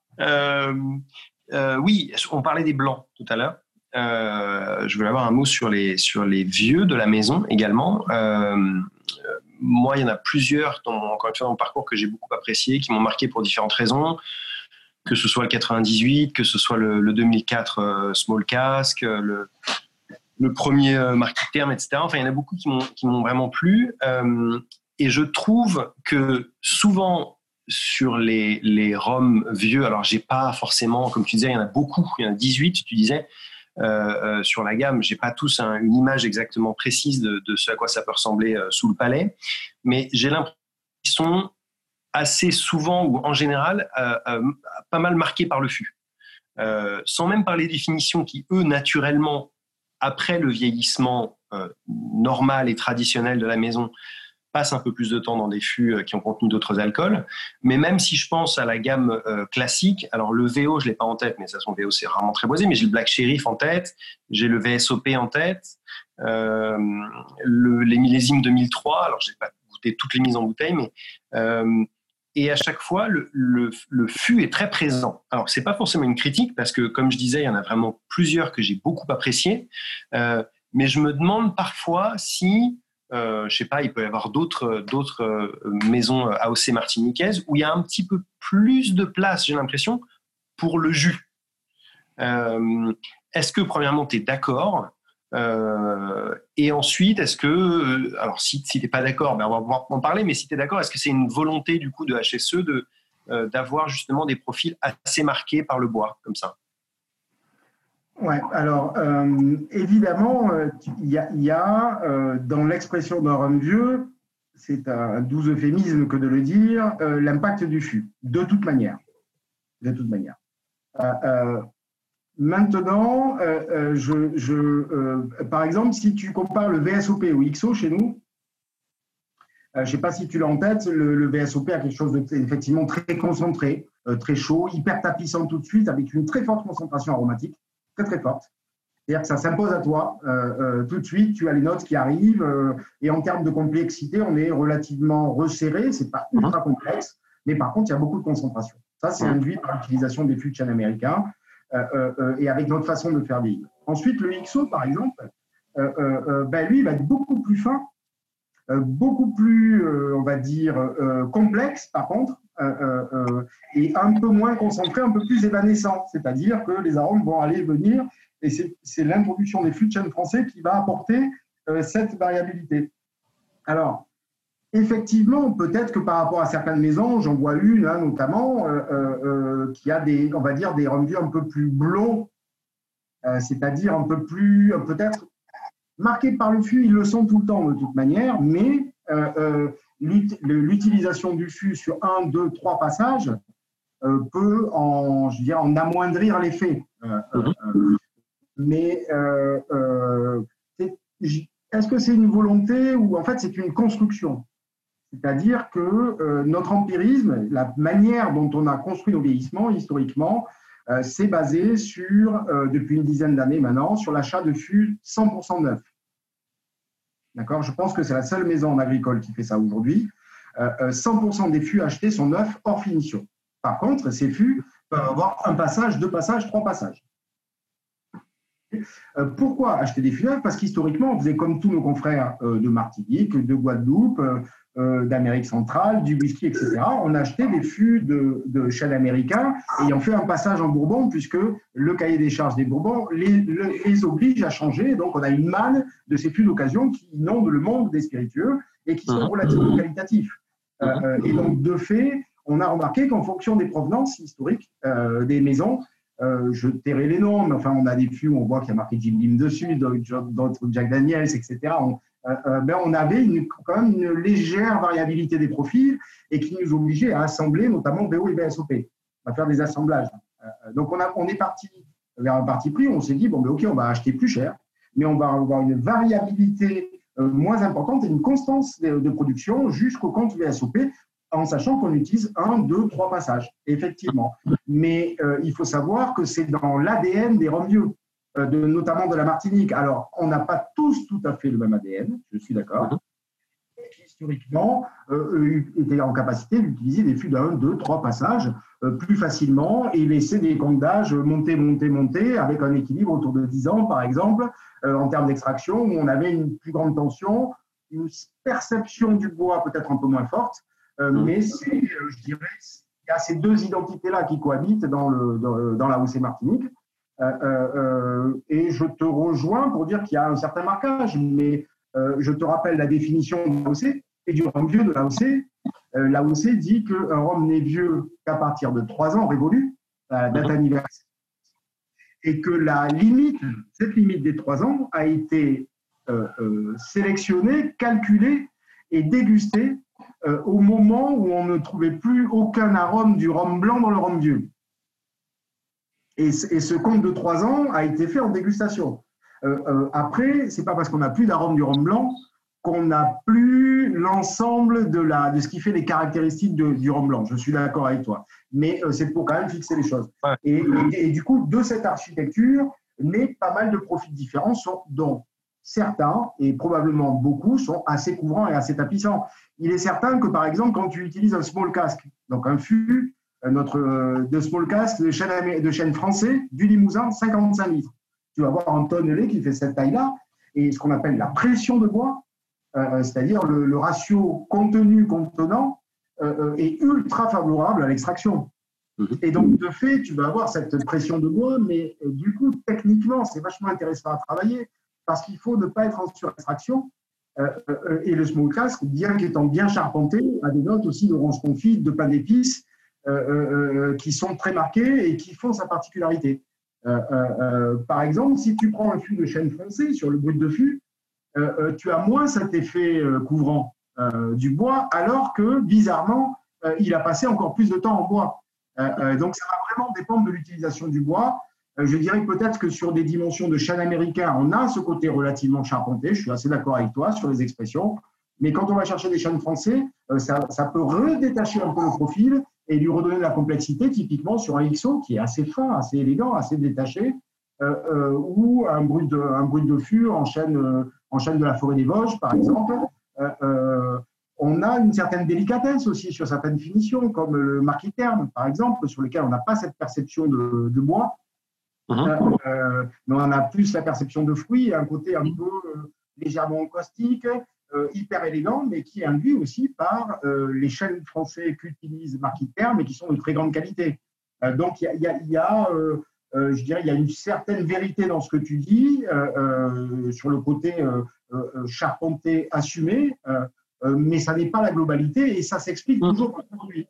[SPEAKER 7] Oui, on parlait des blancs tout à l'heure. Je voulais avoir un mot sur les vieux de la maison également. Moi, il y en a plusieurs, encore une fois, dans mon parcours que j'ai beaucoup apprécié, qui m'ont marqué pour différentes raisons, que ce soit le 98, que ce soit le 2004 Small Cask, le premier Marquis de Terme, etc. Enfin, il y en a beaucoup qui m'ont vraiment plu. Et je trouve que souvent, sur les rhums vieux, alors j'ai pas forcément, comme tu disais, il y en a beaucoup, il y en a 18, tu disais, sur la gamme, j'ai pas tous une image exactement précise de ce à quoi ça peut ressembler sous le palais, mais j'ai l'impression qu'ils sont assez souvent ou en général pas mal marqués par le fût, sans même parler des finitions qui, eux, naturellement, après le vieillissement normal et traditionnel de la maison, passent un peu plus de temps dans des fûts qui ont contenu d'autres alcools. Mais même si je pense à la gamme classique, alors le VO, je ne l'ai pas en tête, mais de toute façon, VO, c'est rarement très boisé, mais j'ai le Black Sheriff en tête, j'ai le VSOP en tête, les millésimes 2003, alors je n'ai pas goûté toutes les mises en bouteille, mais... et à chaque fois, le fût est très présent. Alors, ce n'est pas forcément une critique, parce que, comme je disais, il y en a vraiment plusieurs que j'ai beaucoup appréciés, mais je me demande parfois si je sais pas, il peut y avoir d'autres maisons AOC martiniquaises où il y a un petit peu plus de place, j'ai l'impression, pour le jus. Est-ce que, premièrement, tu es d'accord et ensuite, est-ce que, alors si tu n'es pas d'accord, ben on va pouvoir en parler, mais si tu es d'accord, est-ce que c'est une volonté du coup de HSE d'avoir justement des profils assez marqués par le bois, comme ça?
[SPEAKER 6] Ouais, alors évidemment, il y a dans l'expression d'un rhum vieux, c'est un doux euphémisme que de le dire, l'impact du fût, de toute manière. De toute manière. Maintenant, par exemple, si tu compares le VSOP au XO chez nous, je ne sais pas si tu l'as en tête, le VSOP a quelque chose d'effectivement très concentré, très chaud, hyper tapissant tout de suite, avec une très forte concentration aromatique, très très forte. C'est-à-dire que ça s'impose à toi tout de suite, tu as les notes qui arrivent, et en termes de complexité, on est relativement resserré, ce n'est pas ultra complexe, mais par contre, il y a beaucoup de concentration. Ça, c'est induit par l'utilisation des fûts de chêne américains et avec notre façon de faire vieillir. Ensuite, le XO, par exemple, lui, il va être beaucoup plus fin, beaucoup plus, on va dire, complexe, par contre, et un peu moins concentré, un peu plus évanescent. C'est-à-dire que les arômes vont aller venir, et c'est l'introduction des fûts de chêne français qui va apporter cette variabilité. Alors, effectivement, peut-être que par rapport à certaines maisons, j'en vois une notamment, qui a on va dire, des rhums vieux un peu plus blonds, c'est-à-dire un peu plus, peut-être, marqués par le fût, ils le sont tout le temps de toute manière, mais l'utilisation du fût sur 1, 2, 3 passages peut en amoindrir l'effet. Mais est-ce que c'est une volonté ou en fait c'est une construction? C'est-à-dire que notre empirisme, la manière dont on a construit nos vieillissements historiquement, c'est basé sur, depuis une dizaine d'années maintenant, sur l'achat de fûts 100% neufs. D'accord ? Je pense que c'est la seule maison en agricole qui fait ça aujourd'hui. 100% des fûts achetés sont neufs hors finition. Par contre, ces fûts peuvent avoir un passage, 2 passages, 3 passages. Pourquoi acheter des fûts neufs? Parce qu'historiquement, on faisait comme tous nos confrères de Martinique, de Guadeloupe, d'Amérique centrale, du whisky, etc. On achetait des fûts de chêne américain ayant fait un passage en Bourbon, puisque le cahier des charges des Bourbons les oblige à changer. Donc, on a une manne de ces fûts d'occasion qui inondent le monde des spiritueux et qui sont relativement qualitatifs. Et donc, de fait, on a remarqué qu'en fonction des provenances historiques des maisons, je tairai les noms, mais enfin, on a des fûts où on voit qu'il y a marqué Jim Beam dessus, d'autres Jack Daniels, etc. On avait quand même une légère variabilité des profils et qui nous obligeait à assembler notamment BO et VSOP, à faire des assemblages. Donc, on est parti vers un parti pris où on s'est dit, OK, on va acheter plus cher, mais on va avoir une variabilité moins importante et une constance de production jusqu'au compte VSOP, en sachant qu'on utilise 1, 2, 3 passages, effectivement. Mais il faut savoir que c'est dans l'ADN des rhums vieux, notamment de la Martinique. Alors, on n'a pas tous tout à fait le même ADN, je suis d'accord, qui historiquement étaient en capacité d'utiliser des fûts d'1, 2, 3 passages plus facilement et laisser des comptes d'âge monter, avec un équilibre autour de 10 ans, par exemple, en termes d'extraction, où on avait une plus grande tension, une perception du bois peut-être un peu moins forte, mais c'est, je dirais, il y a ces deux identités-là qui cohabitent dans la AOC Martinique. Et je te rejoins pour dire qu'il y a un certain marquage, mais je te rappelle la définition de l'AOC et du rhum vieux de l'AOC. L'AOC dit qu'un rhum n'est vieux qu'à partir de 3 ans révolu, à la date anniversaire, et que cette limite des 3 ans a été sélectionnée, calculée et dégustée au moment où on ne trouvait plus aucun arôme du rhum blanc dans le rhum vieux. Et ce compte de 3 ans a été fait en dégustation. Après, ce n'est pas parce qu'on n'a plus d'arôme du rhum blanc qu'on n'a plus l'ensemble de ce qui fait les caractéristiques du rhum blanc. Je suis d'accord avec toi. Mais c'est pour quand même fixer les choses. Ouais. Et du coup, de cette architecture, naît pas mal de profils différents, dont certains, et probablement beaucoup, sont assez couvrants et assez tapissants. Il est certain que, par exemple, quand tu utilises un small cask, donc un fût, de small cask de chêne français, du Limousin, 55 litres. Tu vas avoir un tonnelé qui fait cette taille-là, et ce qu'on appelle la pression de bois, c'est-à-dire le ratio contenu-contenant est ultra favorable à l'extraction. Et donc, de fait, tu vas avoir cette pression de bois, mais du coup, techniquement, c'est vachement intéressant à travailler parce qu'il faut ne pas être en surextraction. Et le small cask, bien qu'étant bien charpenté, a des notes aussi d'orange confit, de pain d'épices qui sont très marquées et qui font sa particularité. Par exemple, si tu prends un fût de chêne foncé sur le brut de fût, tu as moins cet effet couvrant du bois, alors que, bizarrement, il a passé encore plus de temps en bois. Donc, ça va vraiment dépendre de l'utilisation du bois. Je dirais peut-être que sur des dimensions de chêne américain, on a ce côté relativement charpenté. Je suis assez d'accord avec toi sur les expressions. Mais quand on va chercher des chênes français, ça peut redétacher un peu le profil et lui redonner de la complexité, typiquement sur un XO qui est assez fin, assez élégant, assez détaché, ou un brut de fût en chêne de la forêt des Vosges, par exemple. On a une certaine délicatesse aussi sur certaines finitions, comme le marquiterme, par exemple, sur lequel on n'a pas cette perception de bois, mais on a plus la perception de fruits et un côté un peu légèrement caustique, hyper élégant, mais qui est induit aussi par les chênes français qu'utilise marquiterme et qui sont de très grande qualité. Donc, il y a je dirais, il y a une certaine vérité dans ce que tu dis sur le côté charpenté assumé, mais ça n'est pas la globalité et ça s'explique toujours par aujourd'hui.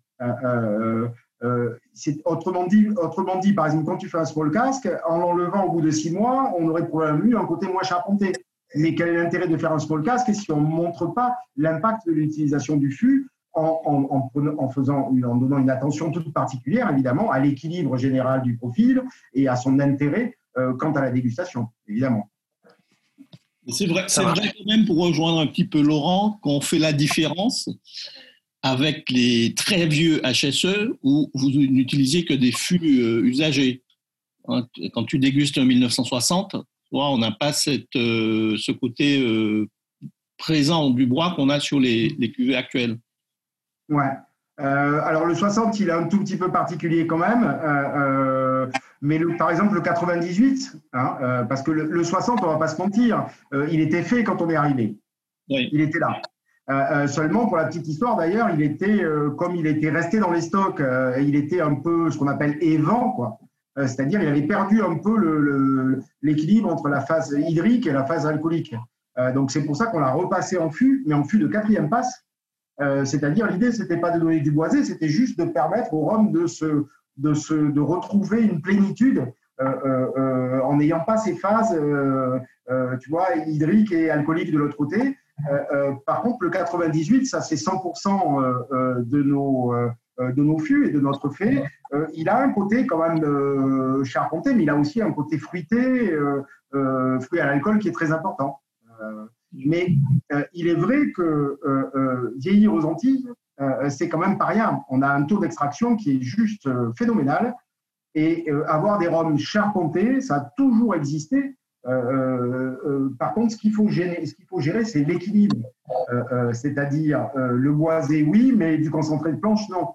[SPEAKER 6] Autrement dit, par exemple, quand tu fais un small cask, en l'enlevant au bout de 6 mois, on aurait probablement eu un côté moins charpenté. Mais quel est l'intérêt de faire un small cask si on ne montre pas l'impact de l'utilisation du fût en donnant une attention toute particulière, évidemment, à l'équilibre général du profil et à son intérêt quant à la dégustation, évidemment.
[SPEAKER 5] C'est vrai quand même, pour rejoindre un petit peu Laurent, qu'on fait la différence avec les très vieux HSE où vous n'utilisez que des fûts usagés. Quand tu dégustes un 1960, on n'a pas ce côté présent du bois qu'on a sur les cuvées actuelles.
[SPEAKER 6] Ouais. Alors, le 60, il est un tout petit peu particulier quand même. Mais par exemple, le 98, parce que le 60, on ne va pas se mentir, il était fait quand on est arrivé. Oui. Il était là. Seulement, pour la petite histoire d'ailleurs, il était, comme il était resté dans les stocks, il était un peu ce qu'on appelle évent, quoi. C'est-à-dire il avait perdu un peu l'équilibre entre la phase hydrique et la phase alcoolique. Donc, c'est pour ça qu'on l'a repassé en fût, mais en fût de 4e passe. C'est-à-dire, l'idée, ce n'était pas de donner du boisé, c'était juste de permettre au rhum de retrouver une plénitude en n'ayant pas ces phases tu vois, hydriques et alcooliques de l'autre côté. Par contre, le 98, ça c'est 100% de nos fûts et de notre fait. Il a un côté quand même charpenté, mais il a aussi un côté fruité, fruit à l'alcool qui est très important. Mais il est vrai que vieillir aux Antilles, c'est quand même pas rien. On a un taux d'extraction qui est juste phénoménal. Et avoir des rhums charpentés, ça a toujours existé. Par contre, ce qu'il faut gérer, c'est l'équilibre. C'est-à-dire le boisé, oui, mais du concentré de planche, non.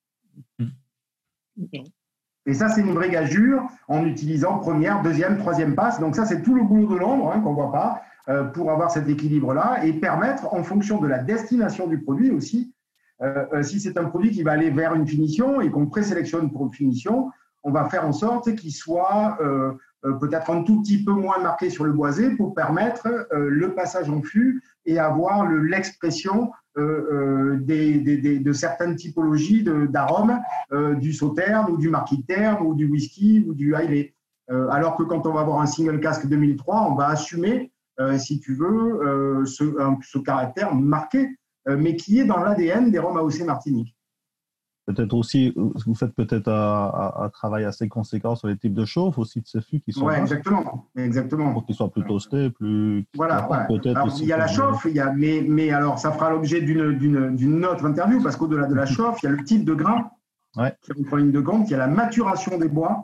[SPEAKER 6] Et ça, c'est une vraie gageure en utilisant 1e, 2e, 3e passe. Donc ça, c'est tout le boulot de l'ombre qu'on ne voit pas. Pour avoir cet équilibre-là et permettre, en fonction de la destination du produit aussi, si c'est un produit qui va aller vers une finition et qu'on présélectionne pour une finition, on va faire en sorte qu'il soit peut-être un tout petit peu moins marqué sur le boisé pour permettre le passage en fût et avoir l'expression de certaines typologies d'arômes, du sauterne ou du marquiterme ou du whisky ou du Islay. Alors que quand on va avoir un single cask 2003, on va assumer si tu veux, ce caractère marqué, mais qui est dans l'ADN des rhums AOC Martinique.
[SPEAKER 4] Peut-être aussi, vous faites peut-être un travail assez conséquent sur les types de chauffe aussi de ces fûts qui sont
[SPEAKER 6] là. Exactement.
[SPEAKER 4] Pour qu'ils soient plus toastés, plus...
[SPEAKER 6] Voilà, alors, il y a la chauffe, mais alors ça fera l'objet d'une autre interview, parce qu'au-delà de la chauffe, il y a le type de grain qui rentre en ligne de compte, il y a la maturation des bois.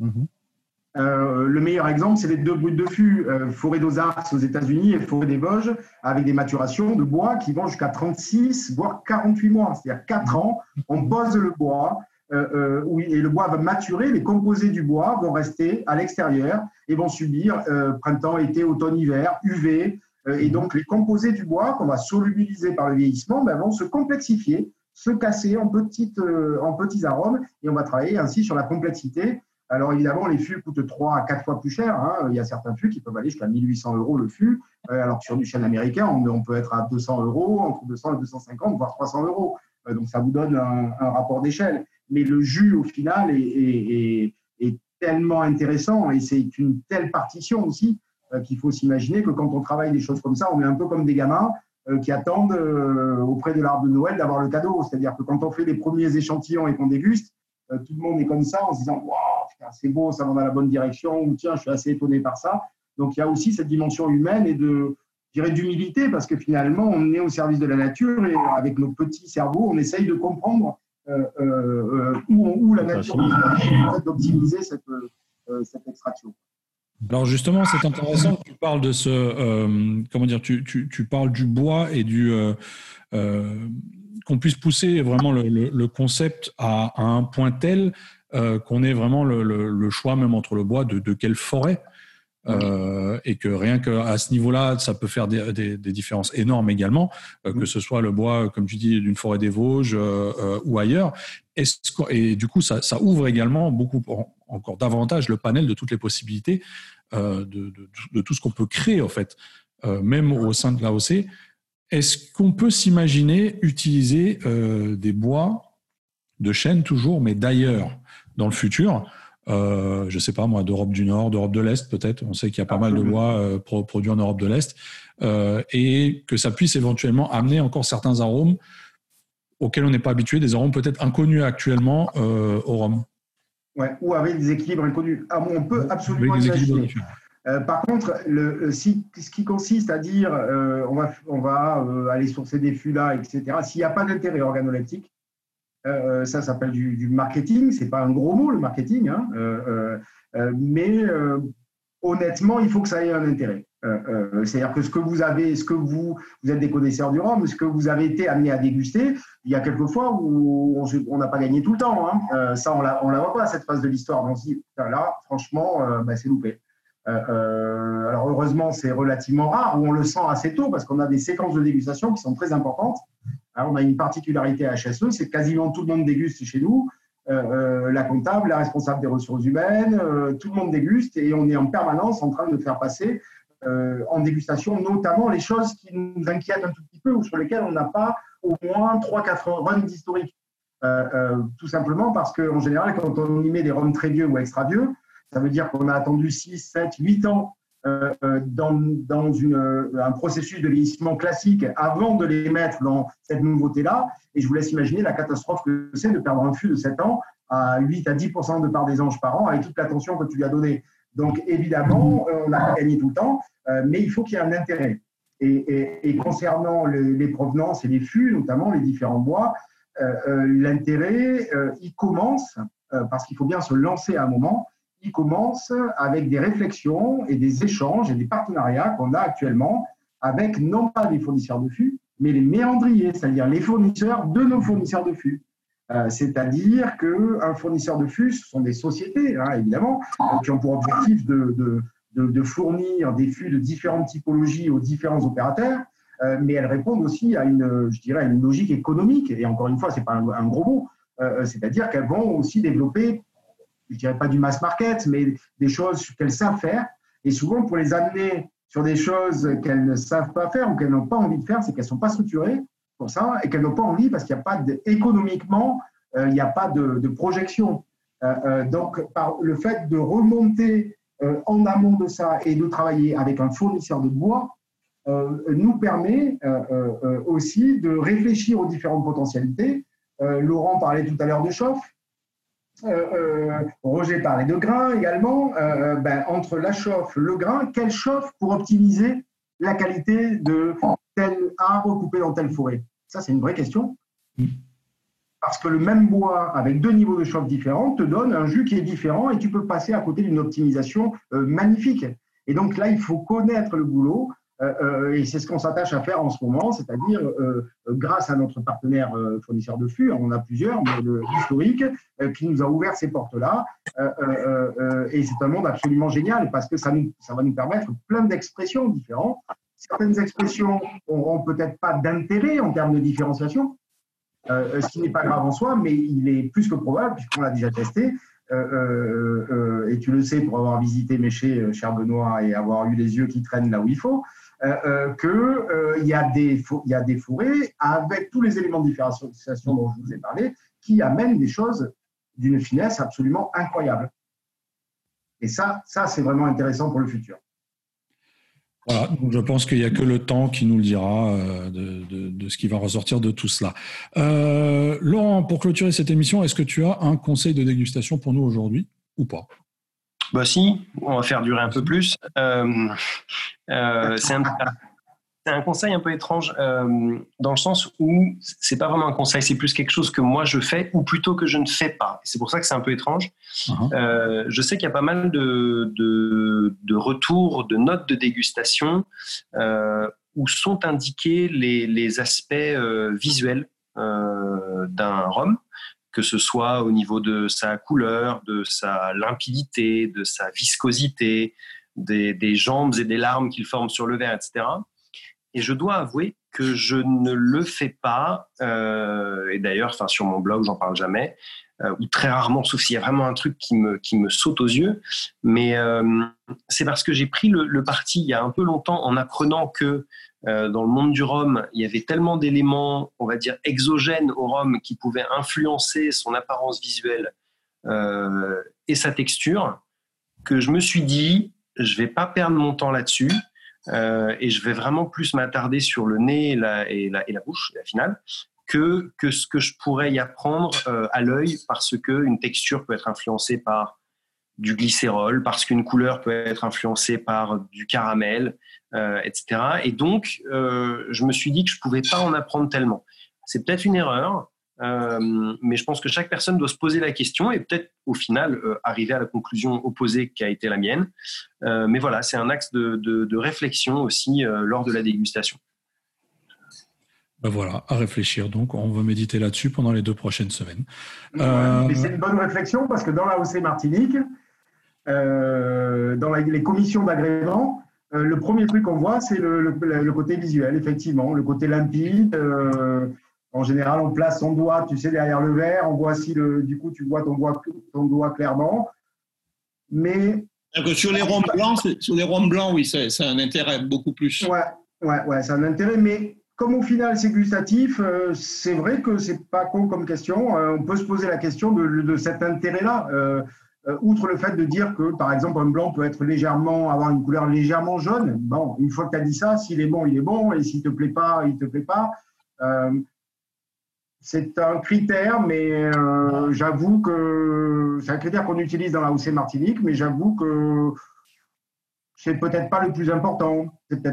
[SPEAKER 6] Le meilleur exemple, c'est les 2 brutes de fût, forêt d'Ozarks aux États-Unis et forêt des Vosges, avec des maturations de bois qui vont jusqu'à 36, voire 48 mois, c'est-à-dire 4 ans. On pose le bois et le bois va maturer, les composés du bois vont rester à l'extérieur et vont subir printemps, été, automne, hiver, UV, Et donc, les composés du bois qu'on va solubiliser par le vieillissement vont se complexifier, se casser en petits arômes, et on va travailler ainsi sur la complexité. Alors évidemment, les fûts coûtent 3 à 4 fois plus cher. Il y a certains fûts qui peuvent aller jusqu'à 1 800 € le fût, alors que sur du chêne américain, on peut être à 200 €, entre 200 et 250, voire 300 €. Donc ça vous donne un rapport d'échelle. Mais le jus, au final, est tellement intéressant, et c'est une telle partition aussi qu'il faut s'imaginer que quand on travaille des choses comme ça, on est un peu comme des gamins qui attendent auprès de l'arbre de Noël d'avoir le cadeau. C'est-à-dire que quand on fait les premiers échantillons et qu'on déguste, tout le monde est comme ça en se disant « Waouh, c'est beau, ça va dans la bonne direction » ou « Tiens, je suis assez étonné par ça ». Donc il y a aussi cette dimension humaine et d'humilité, parce que finalement, on est au service de la nature, et avec nos petits cerveaux, on essaye de comprendre où la nature nous permet d'optimiser cette extraction.
[SPEAKER 2] Alors justement, c'est intéressant que tu parles de tu parles du bois et qu'on puisse pousser vraiment le concept à un point tel qu'on ait vraiment le choix même entre le bois de quelle forêt. Et que rien qu'à ce niveau-là, ça peut faire des différences énormes également, que ce soit le bois, comme tu dis, d'une forêt des Vosges ou ailleurs. Et du coup, ça ouvre également encore davantage le panel de toutes les possibilités de tout ce qu'on peut créer, en fait, même au sein de l'AOC. Est-ce qu'on peut s'imaginer utiliser des bois de chêne toujours, mais d'ailleurs, dans le futur? Je ne sais pas moi, d'Europe du Nord, d'Europe de l'Est peut-être. On sait qu'il y a pas mal de bois produits en Europe de l'Est, et que ça puisse éventuellement amener encore certains arômes auxquels on n'est pas habitué, des arômes peut-être inconnus actuellement au rhum.
[SPEAKER 6] Ouais, ou avec des équilibres inconnus. On peut absolument imaginer. Par contre, ce qui consiste à dire on va aller sourcer des fûts là, etc., s'il n'y a pas d'intérêt organoleptique, ça s'appelle du marketing. C'est pas un gros mot, le marketing, mais honnêtement, il faut que ça ait un intérêt. C'est-à-dire que ce que vous êtes des connaisseurs du rhum, ce que vous avez été amené à déguster, il y a quelques fois où on n'a pas gagné tout le temps. Ça, on la voit pas, cette phase de l'histoire. On se dit, là, franchement, c'est loupé. Alors heureusement, c'est relativement rare, où on le sent assez tôt, parce qu'on a des séquences de dégustation qui sont très importantes. Alors, on a une particularité à HSE, c'est que quasiment tout le monde déguste chez nous. La comptable, la responsable des ressources humaines, tout le monde déguste, et on est en permanence en train de faire passer en dégustation notamment les choses qui nous inquiètent un tout petit peu, ou sur lesquelles on n'a pas au moins 3-4 runs d'historique. Tout simplement parce qu'en général, quand on y met des rhums très vieux ou extra vieux, ça veut dire qu'on a attendu 6, 7, 8 ans dans un processus de vieillissement classique avant de les mettre dans cette nouveauté-là. Et je vous laisse imaginer la catastrophe que c'est de perdre un fût de 7 ans à 8 à 10% de part des anges par an avec toute l'attention que tu lui as donnée. Donc évidemment, on n'a pas gagné tout le temps, mais il faut qu'il y ait un intérêt. Et concernant les provenances et les fûts, notamment les différents bois, l'intérêt, il commence, parce qu'il faut bien se lancer à un moment, il commence avec des réflexions et des échanges et des partenariats qu'on a actuellement avec non pas des fournisseurs de fûts, mais les méandriers, c'est-à-dire les fournisseurs de nos fournisseurs de fûts. C'est-à-dire qu'un fournisseur de fûts, ce sont des sociétés, évidemment, qui ont pour objectif de fournir des fûts de différentes typologies aux différents opérateurs, mais elles répondent aussi à une logique économique. Et encore une fois, ce n'est pas un gros mot, c'est-à-dire qu'elles vont aussi développer, je ne dirais pas du mass market, mais des choses qu'elles savent faire. Et souvent, pour les amener sur des choses qu'elles ne savent pas faire ou qu'elles n'ont pas envie de faire, c'est qu'elles ne sont pas structurées pour ça et qu'elles n'ont pas envie parce qu'il n'y a pas économiquement, il n'y a pas de projection. Donc, par le fait de remonter en amont de ça et de travailler avec un fournisseur de bois nous permet aussi de réfléchir aux différentes potentialités. Laurent parlait tout à l'heure de chauffe. Roger parlait de grain également. Entre la chauffe, le grain, quelle chauffe pour optimiser la qualité de tel arbre coupé dans telle forêt? Ça, c'est une vraie question. Parce que le même bois, avec 2 niveaux de chauffe différents, te donne un jus qui est différent et tu peux passer à côté d'une optimisation magnifique. Et donc là, il faut connaître le boulot. Et c'est ce qu'on s'attache à faire en ce moment, c'est-à-dire grâce à notre partenaire fournisseur de fûts, on en a plusieurs, mais l'historique, qui nous a ouvert ces portes-là. Et c'est un monde absolument génial parce que ça va nous permettre plein d'expressions différentes. certaines expressions n'auront peut-être pas d'intérêt en termes de différenciation, ce qui n'est pas grave en soi, mais il est plus que probable, puisqu'on l'a déjà testé, et tu le sais pour avoir visité Méché, cher Benoît, et avoir eu les yeux qui traînent là où il faut, qu'il y a des forêts avec tous les éléments de différenciation dont je vous ai parlé qui amènent des choses d'une finesse absolument incroyable. Et ça c'est vraiment intéressant pour le futur.
[SPEAKER 2] Voilà, donc je pense qu'il n'y a que le temps qui nous le dira de ce qui va ressortir de tout cela. Laurent, pour clôturer cette émission, est-ce que tu as un conseil de dégustation pour nous aujourd'hui ou pas ?
[SPEAKER 7] Bah si, on va faire durer un peu plus. C'est un conseil un peu étrange dans le sens où c'est pas vraiment un conseil, c'est plus quelque chose que moi je fais ou plutôt que je ne fais pas. C'est pour ça que c'est un peu étrange. Je sais qu'il y a pas mal de retours, de notes de dégustation où sont indiqués les aspects visuels d'un rhum, que ce soit au niveau de sa couleur, de sa limpidité, de sa viscosité, des jambes et des larmes qu'il forme sur le verre, etc. Et je dois avouer que je ne le fais pas, et d'ailleurs, sur mon blog, j'en parle jamais, ou très rarement, sauf s'il y a vraiment un truc qui me saute aux yeux. Mais c'est parce que j'ai pris le parti il y a un peu longtemps en apprenant que dans le monde du rhum, il y avait tellement d'éléments, on va dire, exogènes au rhum qui pouvaient influencer son apparence visuelle et sa texture, que je me suis dit, je ne vais pas perdre mon temps là-dessus. Et je vais vraiment plus m'attarder sur le nez et la bouche, la finale, que ce que je pourrais y apprendre à l'œil, parce qu'une texture peut être influencée par du glycérol, parce qu'une couleur peut être influencée par du caramel, etc. Et donc, je me suis dit que je ne pouvais pas en apprendre tellement. C'est peut-être une erreur, mais je pense que chaque personne doit se poser la question et peut-être au final arriver à la conclusion opposée qui a été la mienne. Mais voilà, c'est un axe de réflexion aussi lors de la dégustation.
[SPEAKER 2] Ben voilà, à réfléchir. Donc, on va méditer là-dessus pendant les 2 prochaines semaines.
[SPEAKER 6] Mais c'est une bonne réflexion parce que dans l'AOC Martinique, dans les commissions d'agrément, le premier truc qu'on voit, c'est le côté visuel, effectivement, le côté limpide. En général, on place son doigt, tu sais, derrière le verre. On voit si du coup, tu vois ton doigt clairement. Mais
[SPEAKER 5] sur les rhums blancs, oui, c'est un intérêt beaucoup plus.
[SPEAKER 6] Ouais, c'est un intérêt. Mais comme au final, c'est gustatif, c'est vrai que c'est pas con comme question. On peut se poser la question de cet intérêt-là. Outre le fait de dire que, par exemple, un blanc peut avoir une couleur légèrement jaune. Bon, une fois que tu as dit ça, s'il est bon, il est bon. Et s'il te plaît pas, il te plaît pas. C'est un critère, mais j'avoue que c'est un critère qu'on utilise dans la AOC Martinique, mais j'avoue que c'est peut-être pas le plus important.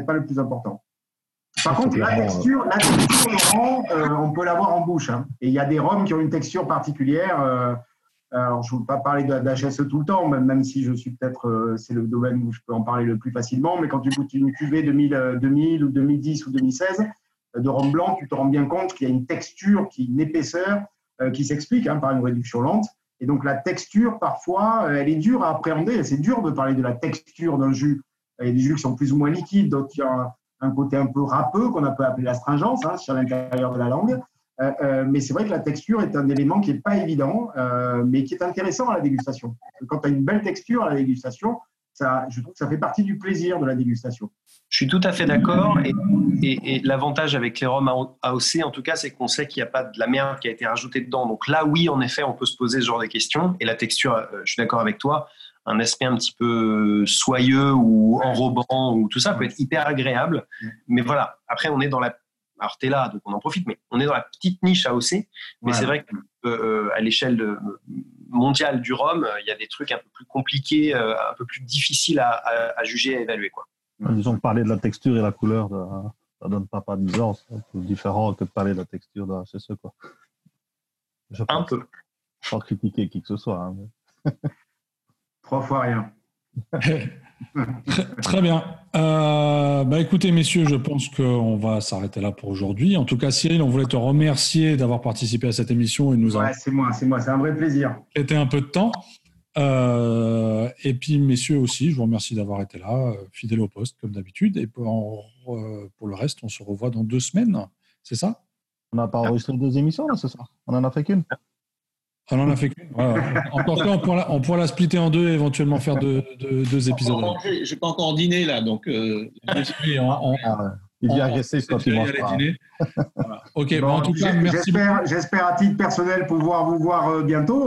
[SPEAKER 6] Par contre, la texture, Laurent, on peut l'avoir en bouche. Hein. Et il y a des rhums qui ont une texture particulière. Alors, je ne veux pas parler d'HSE tout le temps, même si je suis peut-être, c'est le domaine où je peux en parler le plus facilement. Mais quand tu goûtes une cuvée 2000 ou 2010 ou 2016, de rhum blanc, tu te rends bien compte qu'il y a une texture, une épaisseur qui s'explique par une réduction lente. Et donc, la texture, parfois, elle est dure à appréhender. C'est dur de parler de la texture d'un jus. Il y a des jus qui sont plus ou moins liquides, d'autres qui ont un côté un peu râpeux, qu'on peut appeler l'astringence, sur l'intérieur de la langue. Mais c'est vrai que la texture est un élément qui n'est pas évident, mais qui est intéressant à la dégustation. Quand tu as une belle texture à la dégustation, je trouve que ça fait partie du plaisir de la dégustation.
[SPEAKER 7] Je suis tout à fait d'accord. Et l'avantage avec les rhums AOC, en tout cas, c'est qu'on sait qu'il n'y a pas de la merde qui a été rajoutée dedans. Donc là, oui, en effet, on peut se poser ce genre de questions. Et la texture, je suis d'accord avec toi, un aspect un petit peu soyeux ou enrobant, ou tout ça peut être hyper agréable. Mais voilà, après, on est dans la... Alors, tu es là, donc on en profite, mais on est dans la petite niche AOC. Mais c'est vrai qu'à l'échelle mondiale du rhum, il y a des trucs un peu plus compliqués, un peu plus difficiles à juger et à évaluer, quoi.
[SPEAKER 4] Disons que parler de la texture et la couleur, ça donne pas de nuance. C'est différent que de parler de la texture de HSE, quoi.
[SPEAKER 7] Un peu.
[SPEAKER 4] Sans critiquer qui que ce soit. Hein.
[SPEAKER 6] 3 fois rien.
[SPEAKER 2] Très bien. Écoutez, messieurs, je pense qu'on va s'arrêter là pour aujourd'hui. En tout cas, Cyril, on voulait te remercier d'avoir participé à cette émission et nous
[SPEAKER 6] c'est moi. C'est un vrai plaisir.
[SPEAKER 2] C'était un peu de temps. Et puis, messieurs aussi, je vous remercie d'avoir été là, fidèles au poste, comme d'habitude. Et pour le reste, on se revoit dans 2 semaines. C'est ça?
[SPEAKER 4] On n'a pas enregistré 2 émissions, là, ce soir. On en a fait qu'une.
[SPEAKER 2] On en a fait qu'une. Voilà. En tout cas, on pourra la splitter en 2 et éventuellement faire 2 épisodes.
[SPEAKER 5] Je n'ai pas encore dîné, là, donc...
[SPEAKER 2] Oui,
[SPEAKER 4] il devient agressif quand il mange pas.
[SPEAKER 2] Voilà. Ok, bon, en tout cas, merci beaucoup.
[SPEAKER 6] J'espère à titre personnel pouvoir vous voir bientôt.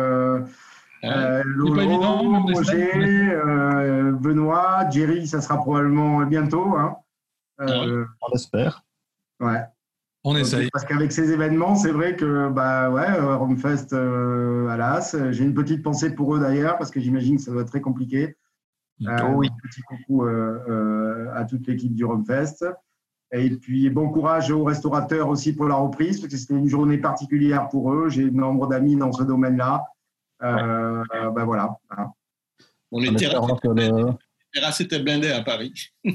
[SPEAKER 6] Lolo, Roger, Benoît, Jerry, ça sera probablement bientôt.
[SPEAKER 4] On espère.
[SPEAKER 6] Ouais.
[SPEAKER 2] On essaye.
[SPEAKER 6] Parce qu'avec ces événements, c'est vrai que Romfest à l'As, j'ai une petite pensée pour eux d'ailleurs, parce que j'imagine que ça doit être très compliqué.
[SPEAKER 7] Oui.
[SPEAKER 6] Petit coucou à toute l'équipe du Romfest. Et puis bon courage aux restaurateurs aussi pour la reprise, parce que c'était une journée particulière pour eux. J'ai nombre d'amis dans ce domaine-là. Voilà.
[SPEAKER 5] On les terrasses étaient blindées à Paris.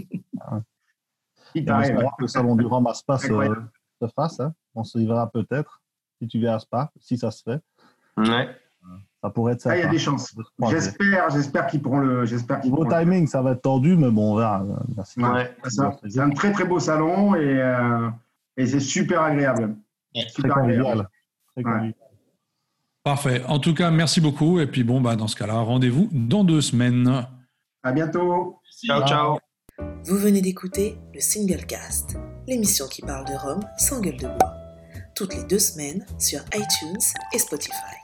[SPEAKER 4] On espère que le salon du Rhum à Spa se fasse. On se y verra peut-être, si tu viens à Spa, si ça se fait.
[SPEAKER 7] Ouais.
[SPEAKER 4] Ça pourrait être ça.
[SPEAKER 6] Il y a des chances. J'espère qu'ils pourront le.
[SPEAKER 4] Au timing, ça va être tendu, mais bon, on verra.
[SPEAKER 6] C'est un très très beau salon et c'est super agréable.
[SPEAKER 4] Très convivial.
[SPEAKER 2] Parfait. En tout cas, merci beaucoup. Et puis bon, dans ce cas-là, rendez-vous dans 2 semaines.
[SPEAKER 6] À bientôt.
[SPEAKER 7] Ciao, ciao.
[SPEAKER 1] Vous venez d'écouter le Single Cast, l'émission qui parle de Rome sans gueule de bois, toutes les 2 semaines sur iTunes et Spotify.